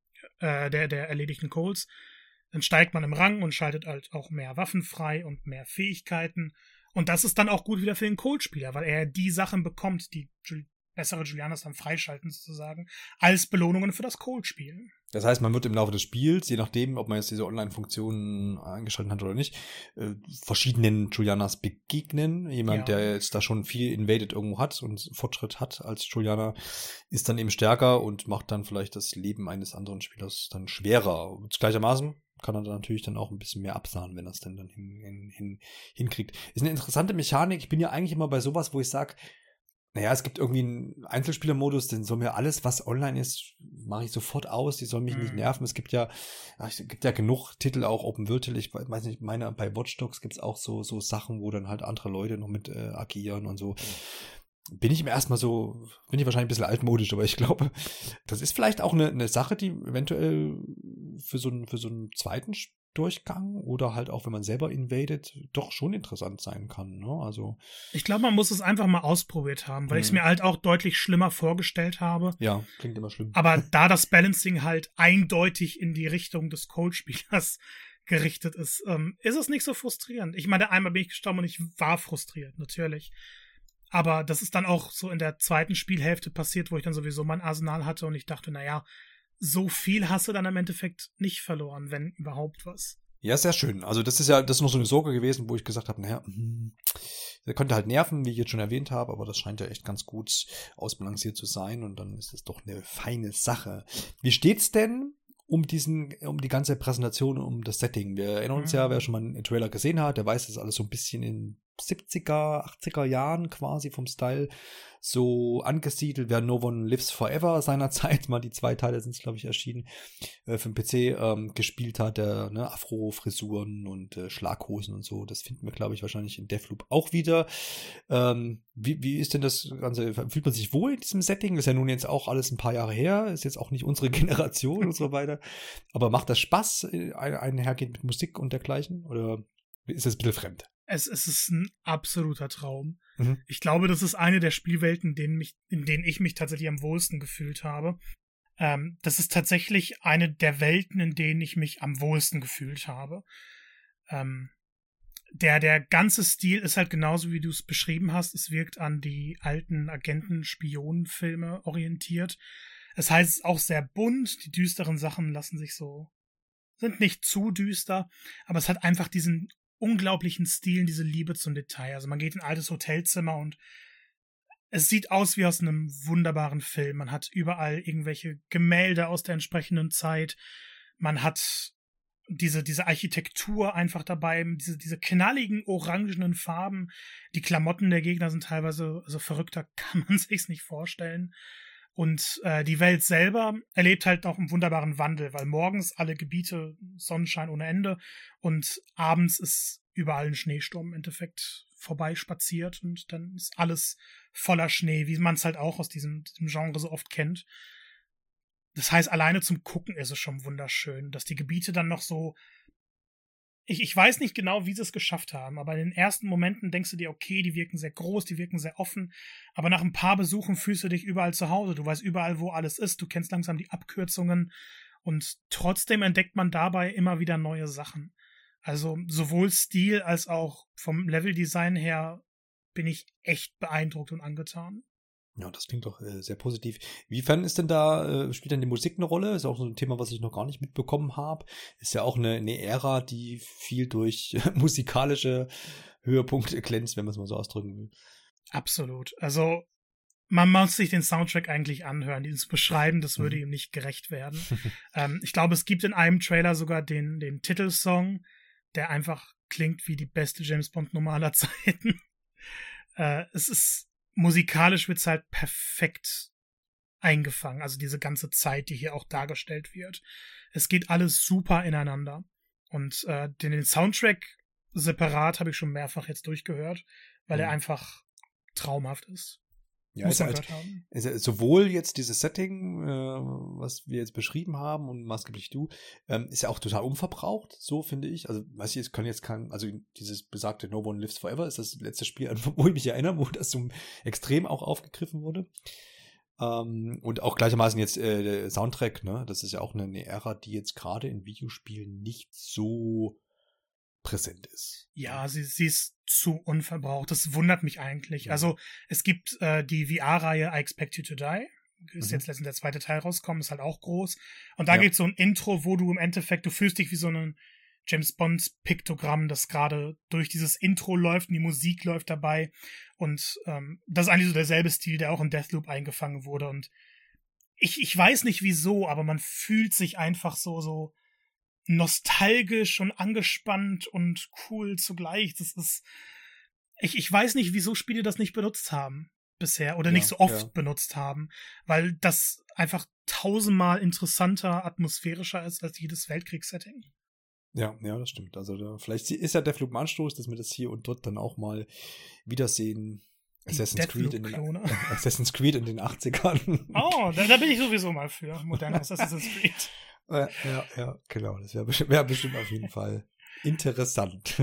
[SPEAKER 2] äh, der, der erledigten Colts, dann steigt man im Rang und schaltet halt auch mehr Waffen frei und mehr Fähigkeiten. Und das ist dann auch gut wieder für den Colt-Spieler, weil er die Sachen bekommt, die Jul- bessere Julianas dann freischalten sozusagen, als Belohnungen für das Colt-Spiel.
[SPEAKER 1] Das heißt, man wird im Laufe des Spiels, je nachdem, ob man jetzt diese Online-Funktionen eingeschaltet hat oder nicht, äh, verschiedenen Julianas begegnen. Jemand, ja. der jetzt da schon viel invaded irgendwo hat und Fortschritt hat als Juliana, ist dann eben stärker und macht dann vielleicht das Leben eines anderen Spielers dann schwerer. Gleichermaßen kann er dann natürlich dann auch ein bisschen mehr absahen, wenn er es dann, dann hin, hin, hin, hinkriegt. Ist eine interessante Mechanik. Ich bin ja eigentlich immer bei sowas, wo ich sage, naja, es gibt irgendwie einen Einzelspielermodus, den soll mir alles, was online ist, mache ich sofort aus, die sollen mich mhm. nicht nerven. Es gibt ja, ja, es gibt ja genug Titel, auch Open-World-Titel, ich weiß nicht, meine, bei Watch Dogs gibt es auch so, so Sachen, wo dann halt andere Leute noch mit äh, agieren und so. Mhm. Bin ich mir erstmal so, bin ich wahrscheinlich ein bisschen altmodisch, aber ich glaube, das ist vielleicht auch eine, eine Sache, die eventuell für so einen, für so einen zweiten Durchgang oder halt auch, wenn man selber invadet, doch schon interessant sein kann. Ne? Also
[SPEAKER 2] ich glaube, man muss es einfach mal ausprobiert haben, weil mhm. ich es mir halt auch deutlich schlimmer vorgestellt habe.
[SPEAKER 1] Ja, klingt immer schlimm.
[SPEAKER 2] Aber da das Balancing halt eindeutig in die Richtung des Cold-Spielers gerichtet ist, ähm, ist es nicht so frustrierend. Ich meine, einmal bin ich gestorben und ich war frustriert, natürlich. Aber das ist dann auch so in der zweiten Spielhälfte passiert, wo ich dann sowieso mein Arsenal hatte und ich dachte, naja, so viel hast du dann im Endeffekt nicht verloren, wenn überhaupt was.
[SPEAKER 1] Ja, sehr schön. Also das ist ja, das ist noch so eine Sorge gewesen, wo ich gesagt habe, naja, der könnte halt nerven, wie ich jetzt schon erwähnt habe, aber das scheint ja echt ganz gut ausbalanciert zu sein und dann ist es doch eine feine Sache. Wie steht's denn um diesen, um die ganze Präsentation, um das Setting? Wir erinnern uns mhm. ja, wer schon mal einen Trailer gesehen hat, der weiß, das ist alles so ein bisschen in siebziger, achtziger Jahren quasi vom Style so angesiedelt. Wer No One Lives Forever seinerzeit, mal die zwei Teile sind es, glaube ich, erschienen, äh, für den P C ähm, gespielt hat, der ne, Afro-Frisuren und äh, Schlaghosen und so, das finden wir, glaube ich, wahrscheinlich in Deathloop auch wieder. Ähm, wie, wie ist denn das Ganze, fühlt man sich wohl in diesem Setting? Ist ja nun jetzt auch alles ein paar Jahre her, ist jetzt auch nicht unsere Generation und so weiter, aber macht das Spaß, ein, einhergehend mit Musik und dergleichen, oder ist das ein bisschen fremd?
[SPEAKER 2] Es, es ist ein absoluter Traum.
[SPEAKER 1] Mhm.
[SPEAKER 2] Ich glaube, das ist eine der Spielwelten, in denen, mich, in denen ich mich tatsächlich am wohlsten gefühlt habe. Ähm, das ist tatsächlich eine der Welten, in denen ich mich am wohlsten gefühlt habe. Ähm, der, der ganze Stil ist halt genauso, wie du es beschrieben hast. Es wirkt an die alten Agenten-Spionen-Filme orientiert. Es heißt auch sehr bunt. Die düsteren Sachen lassen sich so, sind nicht zu düster, aber es hat einfach diesen unglaublichen Stil, diese Liebe zum Detail. Also man geht in ein altes Hotelzimmer und es sieht aus wie aus einem wunderbaren Film. Man hat überall irgendwelche Gemälde aus der entsprechenden Zeit. Man hat diese, diese Architektur einfach dabei, diese, diese knalligen, orangenen Farben. Die Klamotten der Gegner sind teilweise, also verrückter kann man sich's nicht vorstellen. Und äh, die Welt selber erlebt halt auch einen wunderbaren Wandel, weil morgens alle Gebiete Sonnenschein ohne Ende und abends ist überall ein Schneesturm im Endeffekt vorbeispaziert und dann ist alles voller Schnee, wie man es halt auch aus diesem, diesem Genre so oft kennt. Das heißt, alleine zum Gucken ist es schon wunderschön, dass die Gebiete dann noch so. Ich, ich weiß nicht genau, wie sie es geschafft haben, aber in den ersten Momenten denkst du dir, okay, die wirken sehr groß, die wirken sehr offen, aber nach ein paar Besuchen fühlst du dich überall zu Hause, du weißt überall, wo alles ist, du kennst langsam die Abkürzungen und trotzdem entdeckt man dabei immer wieder neue Sachen. Also sowohl Stil als auch vom Leveldesign her bin ich echt beeindruckt und angetan.
[SPEAKER 1] Ja, das klingt doch äh, sehr positiv. Wiefern ist denn da, äh, spielt denn die Musik eine Rolle? Ist auch so ein Thema, was ich noch gar nicht mitbekommen habe. Ist ja auch eine, eine Ära, die viel durch musikalische Höhepunkte glänzt, wenn man es mal so ausdrücken will.
[SPEAKER 2] Absolut. Also man muss sich den Soundtrack eigentlich anhören. Dieses Beschreiben, das würde mhm. ihm nicht gerecht werden. ähm, ich glaube, es gibt in einem Trailer sogar den, den Titelsong, der einfach klingt wie die beste James Bond Nummer aller Zeiten. äh, es ist musikalisch wird's halt perfekt eingefangen. Also diese ganze Zeit, die hier auch dargestellt wird. Es geht alles super ineinander. Und äh, den, den Soundtrack separat habe ich schon mehrfach jetzt durchgehört, weil mhm. er einfach traumhaft ist.
[SPEAKER 1] Ja, ist halt, ist halt sowohl jetzt dieses Setting, äh, was wir jetzt beschrieben haben und maßgeblich du, ähm, ist ja auch total unverbraucht, so finde ich. Also, weiß ich, es kann jetzt kein, also dieses besagte No One Lives Forever ist das letzte Spiel, wo ich mich erinnere, wo das so extrem auch aufgegriffen wurde. Ähm, und auch gleichermaßen jetzt äh, der Soundtrack, ne, das ist ja auch eine, eine Ära, die jetzt gerade in Videospielen nicht so präsent ist.
[SPEAKER 2] Ja, sie, sie ist zu unverbraucht. Das wundert mich eigentlich. Ja. Also es gibt äh, die V R-Reihe I Expect You to Die. Ist mhm. jetzt letztens der zweite Teil rausgekommen, ist halt auch groß. Und da ja. gibt's so ein Intro, wo du im Endeffekt, du fühlst dich wie so ein James Bonds Piktogramm, das gerade durch dieses Intro läuft und die Musik läuft dabei. Und ähm, das ist eigentlich so derselbe Stil, der auch in Deathloop eingefangen wurde. Und ich, ich weiß nicht wieso, aber man fühlt sich einfach so, so nostalgisch und angespannt und cool zugleich. Das ist, ich, ich weiß nicht, wieso Spiele das nicht benutzt haben bisher oder ja, nicht so oft ja. benutzt haben, weil das einfach tausendmal interessanter, atmosphärischer ist als jedes Weltkriegssetting.
[SPEAKER 1] Ja, ja, das stimmt. Also da, vielleicht ist ja Deathloop ein Anstoß, dass wir das hier und dort dann auch mal wiedersehen. Assassin's Creed, in den, Assassin's Creed in den achtzigern.
[SPEAKER 2] Oh, da, da bin ich sowieso mal für, moderne Assassin's Creed.
[SPEAKER 1] Ja, ja, ja, genau. Das wäre bestimmt, wär bestimmt auf jeden Fall interessant.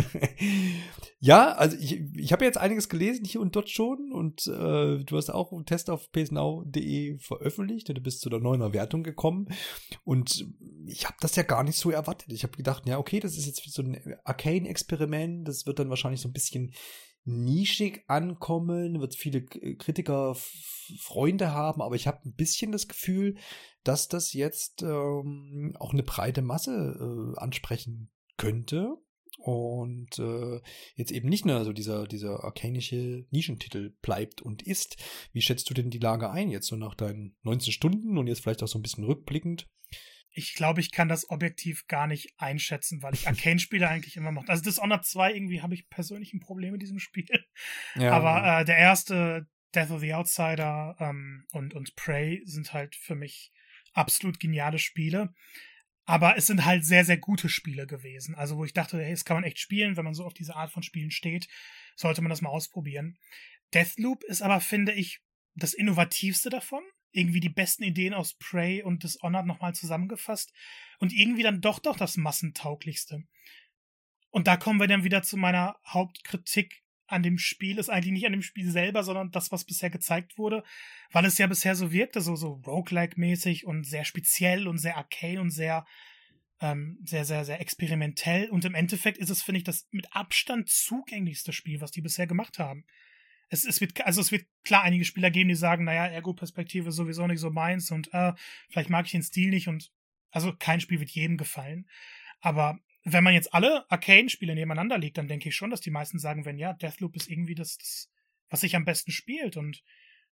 [SPEAKER 1] Ja, also ich, ich habe jetzt einiges gelesen hier und dort schon und äh, du hast auch einen Test auf p s now punkt d e veröffentlicht und du bist zu der neuen Wertung gekommen und ich habe das ja gar nicht so erwartet. Ich habe gedacht, ja okay, das ist jetzt so ein Arcane-Experiment, das wird dann wahrscheinlich so ein bisschen nischig ankommen, wird viele Kritiker Freunde haben, aber ich habe ein bisschen das Gefühl, dass das jetzt ähm, auch eine breite Masse äh, ansprechen könnte und äh, jetzt eben nicht nur so dieser, dieser arkanische Nischentitel bleibt und ist. Wie schätzt du denn die Lage ein, jetzt so nach deinen neunzehn Stunden und jetzt vielleicht auch so ein bisschen rückblickend?
[SPEAKER 2] Ich glaube, ich kann das objektiv gar nicht einschätzen, weil ich Arcane-Spiele eigentlich immer mochte. Also Dishonored zwei, irgendwie habe ich persönlich ein Problem mit diesem Spiel. Ja, aber ja. Äh, der erste, Death of the Outsider ähm, und, und Prey sind halt für mich absolut geniale Spiele. Aber es sind halt sehr, sehr gute Spiele gewesen. Also wo ich dachte, hey, das kann man echt spielen, wenn man so auf diese Art von Spielen steht, sollte man das mal ausprobieren. Deathloop ist aber, finde ich, das Innovativste davon. Irgendwie die besten Ideen aus Prey und Dishonored nochmal zusammengefasst und irgendwie dann doch doch das Massentauglichste. Und da kommen wir dann wieder zu meiner Hauptkritik an dem Spiel. Ist eigentlich nicht an dem Spiel selber, sondern das, was bisher gezeigt wurde. Weil es ja bisher so wirkte, so, so Roguelike-mäßig und sehr speziell und sehr arcane und sehr, ähm, sehr, sehr, sehr experimentell. Und im Endeffekt ist es, finde ich, das mit Abstand zugänglichste Spiel, was die bisher gemacht haben. Es, es wird, also es wird klar einige Spieler geben, die sagen, naja, Ergo-Perspektive ist sowieso nicht so meins und äh, vielleicht mag ich den Stil nicht und also kein Spiel wird jedem gefallen. Aber wenn man jetzt alle Arcane-Spiele nebeneinander legt, dann denke ich schon, dass die meisten sagen, wenn ja, Deathloop ist irgendwie das, das was sich am besten spielt und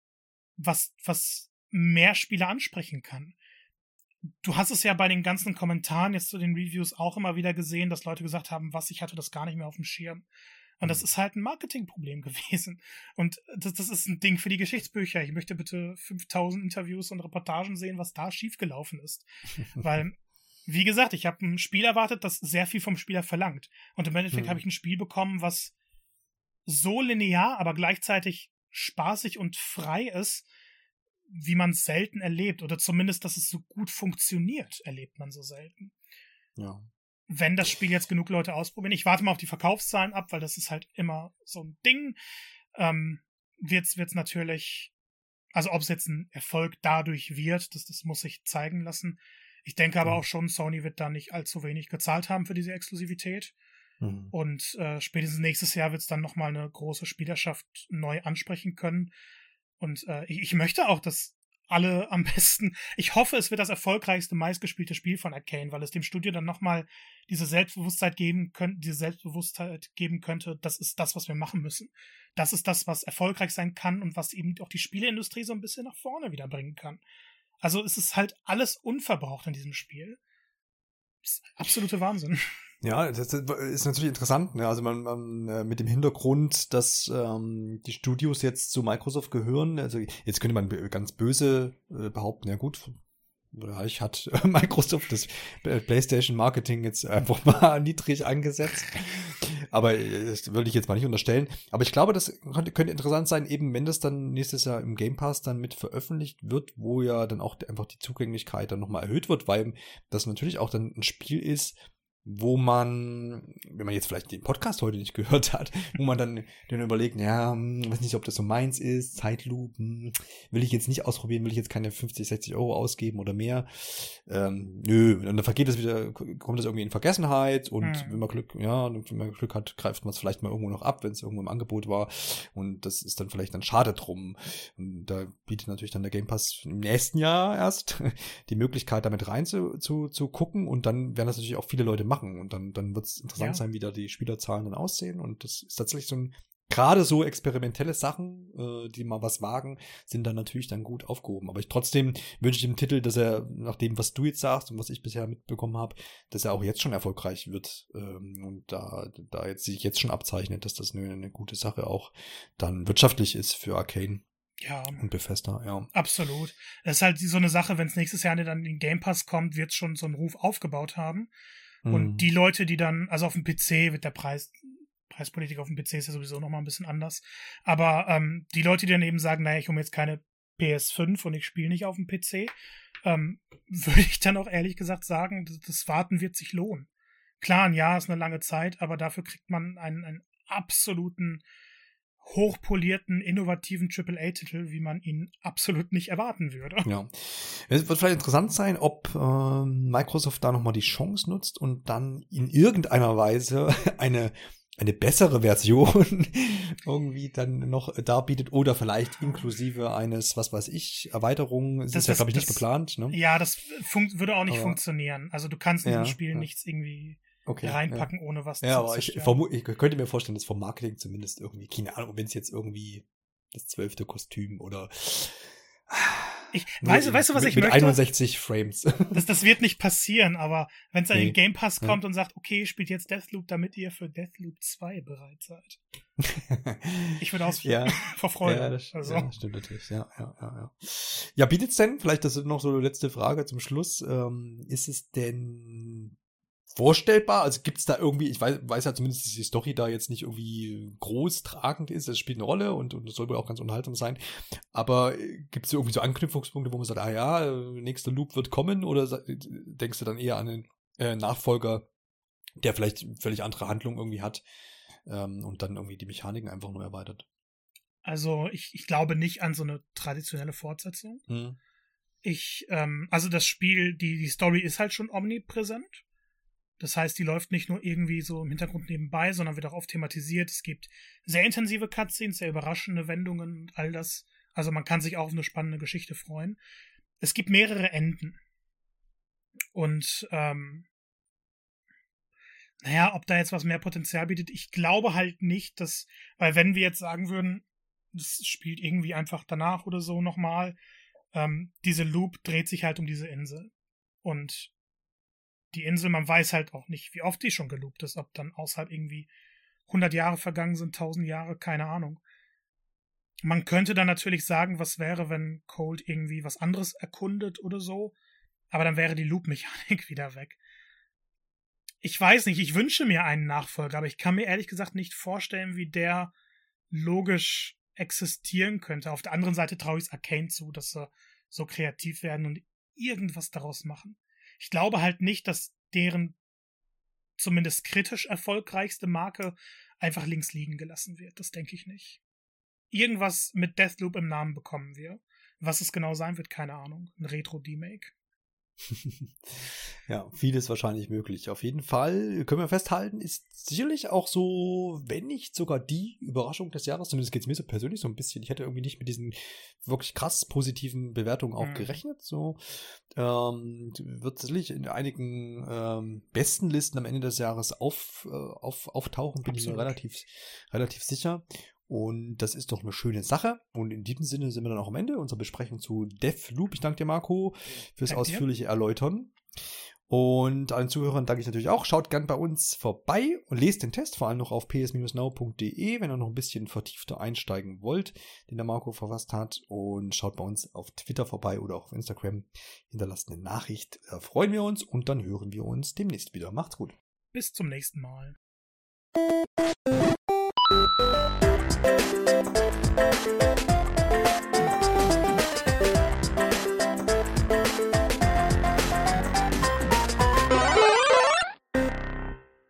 [SPEAKER 2] was, was mehr Spieler ansprechen kann. Du hast es ja bei den ganzen Kommentaren jetzt zu den Reviews auch immer wieder gesehen, dass Leute gesagt haben, was, ich hatte das gar nicht mehr auf dem Schirm. Und das ist halt ein Marketingproblem gewesen. Und das, das ist ein Ding für die Geschichtsbücher. Ich möchte bitte fünftausend Interviews und Reportagen sehen, was da schiefgelaufen ist. Weil, wie gesagt, ich habe ein Spiel erwartet, das sehr viel vom Spieler verlangt. Und im Endeffekt hm. habe ich ein Spiel bekommen, was so linear, aber gleichzeitig spaßig und frei ist, wie man es selten erlebt. Oder zumindest, dass es so gut funktioniert, erlebt man so selten.
[SPEAKER 1] Ja.
[SPEAKER 2] Wenn das Spiel jetzt genug Leute ausprobieren. Ich warte mal auf die Verkaufszahlen ab, weil das ist halt immer so ein Ding. Ähm, wird's, wird's natürlich, also ob es jetzt ein Erfolg dadurch wird, das, das muss sich zeigen lassen. Ich denke aber ja. auch schon, Sony wird da nicht allzu wenig gezahlt haben für diese Exklusivität. Mhm. Und äh, spätestens nächstes Jahr wird es dann nochmal eine große Spielerschaft neu ansprechen können. Und äh, ich, ich möchte auch, dass alle am besten, ich hoffe, es wird das erfolgreichste, meistgespielte Spiel von Arcane, weil es dem Studio dann nochmal diese Selbstbewusstheit geben könnte, diese Selbstbewusstheit geben könnte, das ist das, was wir machen müssen. Das ist das, was erfolgreich sein kann und was eben auch die Spieleindustrie so ein bisschen nach vorne wieder bringen kann. Also es ist halt alles unverbraucht in diesem Spiel. Das ist absolute Wahnsinn.
[SPEAKER 1] Ja, das ist natürlich interessant, ne? Also man, man mit dem Hintergrund, dass ähm, die Studios jetzt zu Microsoft gehören. Also jetzt könnte man ganz böse äh, behaupten, ja gut, vielleicht hat Microsoft das PlayStation Marketing jetzt einfach mal niedrig angesetzt. Aber das würde ich jetzt mal nicht unterstellen. Aber ich glaube, das könnte, könnte interessant sein, eben wenn das dann nächstes Jahr im Game Pass dann mit veröffentlicht wird, wo ja dann auch einfach die Zugänglichkeit dann nochmal erhöht wird, weil das natürlich auch dann ein Spiel ist, wo man, wenn man jetzt vielleicht den Podcast heute nicht gehört hat, wo man dann, dann überlegt, ja, weiß nicht, ob das so meins ist, Zeitlupen, will ich jetzt nicht ausprobieren, will ich jetzt keine fünfzig, sechzig Euro ausgeben oder mehr. Ähm, nö, und dann vergeht das wieder, kommt das irgendwie in Vergessenheit und mhm. wenn man Glück, ja, wenn man Glück hat, greift man es vielleicht mal irgendwo noch ab, wenn es irgendwo im Angebot war und das ist dann vielleicht dann schade drum. Und da bietet natürlich dann der Game Pass im nächsten Jahr erst die Möglichkeit, damit rein zu, zu, zu gucken und dann werden das natürlich auch viele Leute machen. Und dann, dann wird es interessant ja. sein, wie da die Spielerzahlen dann aussehen. Und das ist tatsächlich so ein, gerade so experimentelle Sachen, äh, die mal was wagen, sind dann natürlich dann gut aufgehoben. Aber ich trotzdem wünsche ich dem Titel, dass er, nach dem, was du jetzt sagst und was ich bisher mitbekommen habe, dass er auch jetzt schon erfolgreich wird. Ähm, und da, da jetzt sich jetzt schon abzeichnet, dass das eine, eine gute Sache auch dann wirtschaftlich ist für Arcane.
[SPEAKER 2] Ja.
[SPEAKER 1] Und Bethesda, ja.
[SPEAKER 2] Absolut. Das ist halt so eine Sache, wenn es nächstes Jahr dann in den Game Pass kommt, wird es schon so einen Ruf aufgebaut haben. Und die Leute, die dann, also auf dem P C wird der Preis, Preispolitik auf dem P C ist ja sowieso nochmal ein bisschen anders. Aber ähm, die Leute, die dann eben sagen, naja, ich hole mir jetzt keine P S fünf und ich spiele nicht auf dem P C, ähm, würde ich dann auch ehrlich gesagt sagen, das, das Warten wird sich lohnen. Klar, ein Jahr ist eine lange Zeit, aber dafür kriegt man einen, einen absoluten hochpolierten, innovativen Triple A Titel, wie man ihn absolut nicht erwarten würde.
[SPEAKER 1] Ja. Es wird vielleicht interessant sein, ob äh, Microsoft da nochmal die Chance nutzt und dann in irgendeiner Weise eine eine bessere Version irgendwie dann noch darbietet oder vielleicht inklusive eines, was weiß ich, Erweiterungen. Das, das ist ja, glaube ich, das, nicht geplant. Ne?
[SPEAKER 2] Ja, das fun- würde auch nicht aber, funktionieren. Also du kannst in ja, diesem Spiel ja. nichts irgendwie Okay, reinpacken,
[SPEAKER 1] ja.
[SPEAKER 2] ohne was
[SPEAKER 1] ja,
[SPEAKER 2] zu
[SPEAKER 1] aber ich, vermu- ich könnte mir vorstellen, dass vom Marketing zumindest irgendwie, keine Ahnung, wenn es jetzt irgendwie das zwölfte Kostüm oder
[SPEAKER 2] ich, weißt, du, weißt du, was
[SPEAKER 1] mit,
[SPEAKER 2] ich
[SPEAKER 1] mit
[SPEAKER 2] möchte?
[SPEAKER 1] einundsechzig Frames.
[SPEAKER 2] Das, das wird nicht passieren, aber wenn es dann
[SPEAKER 1] nee.
[SPEAKER 2] in den Game Pass kommt ja. und sagt, okay, spielt jetzt Deathloop, damit ihr für Deathloop zwei bereit seid. Ich würde ausflippen
[SPEAKER 1] ja.
[SPEAKER 2] vor Freude.
[SPEAKER 1] Ja, das,
[SPEAKER 2] also.
[SPEAKER 1] ja, stimmt natürlich. Ja, ja, ja, ja. Ja, bietet's denn, vielleicht das ist noch so eine letzte Frage zum Schluss, ähm, ist es denn vorstellbar? Also gibt's da irgendwie, ich weiß, weiß ja zumindest, dass die Story da jetzt nicht irgendwie groß tragend ist, es spielt eine Rolle und, und das soll wohl auch ganz unterhaltsam sein, aber gibt's irgendwie so Anknüpfungspunkte, wo man sagt, ah ja, nächster Loop wird kommen oder denkst du dann eher an den äh, Nachfolger der vielleicht völlig andere Handlung irgendwie hat ähm, und dann irgendwie die Mechaniken einfach nur erweitert.
[SPEAKER 2] Also ich, ich glaube nicht an so eine traditionelle Fortsetzung.
[SPEAKER 1] Hm.
[SPEAKER 2] Ich, ähm, also das Spiel, die, die Story ist halt schon omnipräsent. Das heißt, die läuft nicht nur irgendwie so im Hintergrund nebenbei, sondern wird auch oft thematisiert. Es gibt sehr intensive Cutscenes, sehr überraschende Wendungen und all das. Also man kann sich auch auf eine spannende Geschichte freuen. Es gibt mehrere Enden. Und, ähm, naja, ob da jetzt was mehr Potenzial bietet, ich glaube halt nicht, dass, weil wenn wir jetzt sagen würden, das spielt irgendwie einfach danach oder so nochmal, ähm, diese Loop dreht sich halt um diese Insel. Und die Insel, man weiß halt auch nicht, wie oft die schon geloopt ist, ob dann außerhalb irgendwie hundert Jahre vergangen sind, tausend Jahre, keine Ahnung. Man könnte dann natürlich sagen, was wäre, wenn Colt irgendwie was anderes erkundet oder so, aber dann wäre die Loop-Mechanik wieder weg. Ich weiß nicht, ich wünsche mir einen Nachfolger, aber ich kann mir ehrlich gesagt nicht vorstellen, wie der logisch existieren könnte. Auf der anderen Seite traue ich es Arcane zu, dass sie so kreativ werden und irgendwas daraus machen. Ich glaube halt nicht, dass deren zumindest kritisch erfolgreichste Marke einfach links liegen gelassen wird. Das denke ich nicht. Irgendwas mit Deathloop im Namen bekommen wir. Was es genau sein wird, keine Ahnung. Ein Retro-Demake.
[SPEAKER 1] Ja, vieles wahrscheinlich möglich. Auf jeden Fall können wir festhalten, ist sicherlich auch so, wenn nicht sogar die Überraschung des Jahres, zumindest geht es mir so persönlich so ein bisschen. Ich hätte irgendwie nicht mit diesen wirklich krass positiven Bewertungen auch mhm. gerechnet. So ähm, wird sicherlich in einigen ähm, besten Listen am Ende des Jahres auf, äh, auf, auftauchen, bin Absolut. ich mir relativ, relativ sicher. Und das ist doch eine schöne Sache. Und in diesem Sinne sind wir dann auch am Ende unserer Besprechung zu Deathloop. Ich danke dir, Marco, fürs danke ausführliche dir. Erläutern. Und allen Zuhörern danke ich natürlich auch. Schaut gern bei uns vorbei und lest den Test, vor allem noch auf p s Bindestrich now punkt d e, wenn ihr noch ein bisschen vertiefter einsteigen wollt, den der Marco verfasst hat. Und schaut bei uns auf Twitter vorbei oder auch auf Instagram. Hinterlasst eine Nachricht. Da freuen wir uns und dann hören wir uns demnächst wieder. Macht's gut.
[SPEAKER 2] Bis zum nächsten Mal.
[SPEAKER 3] Thank you.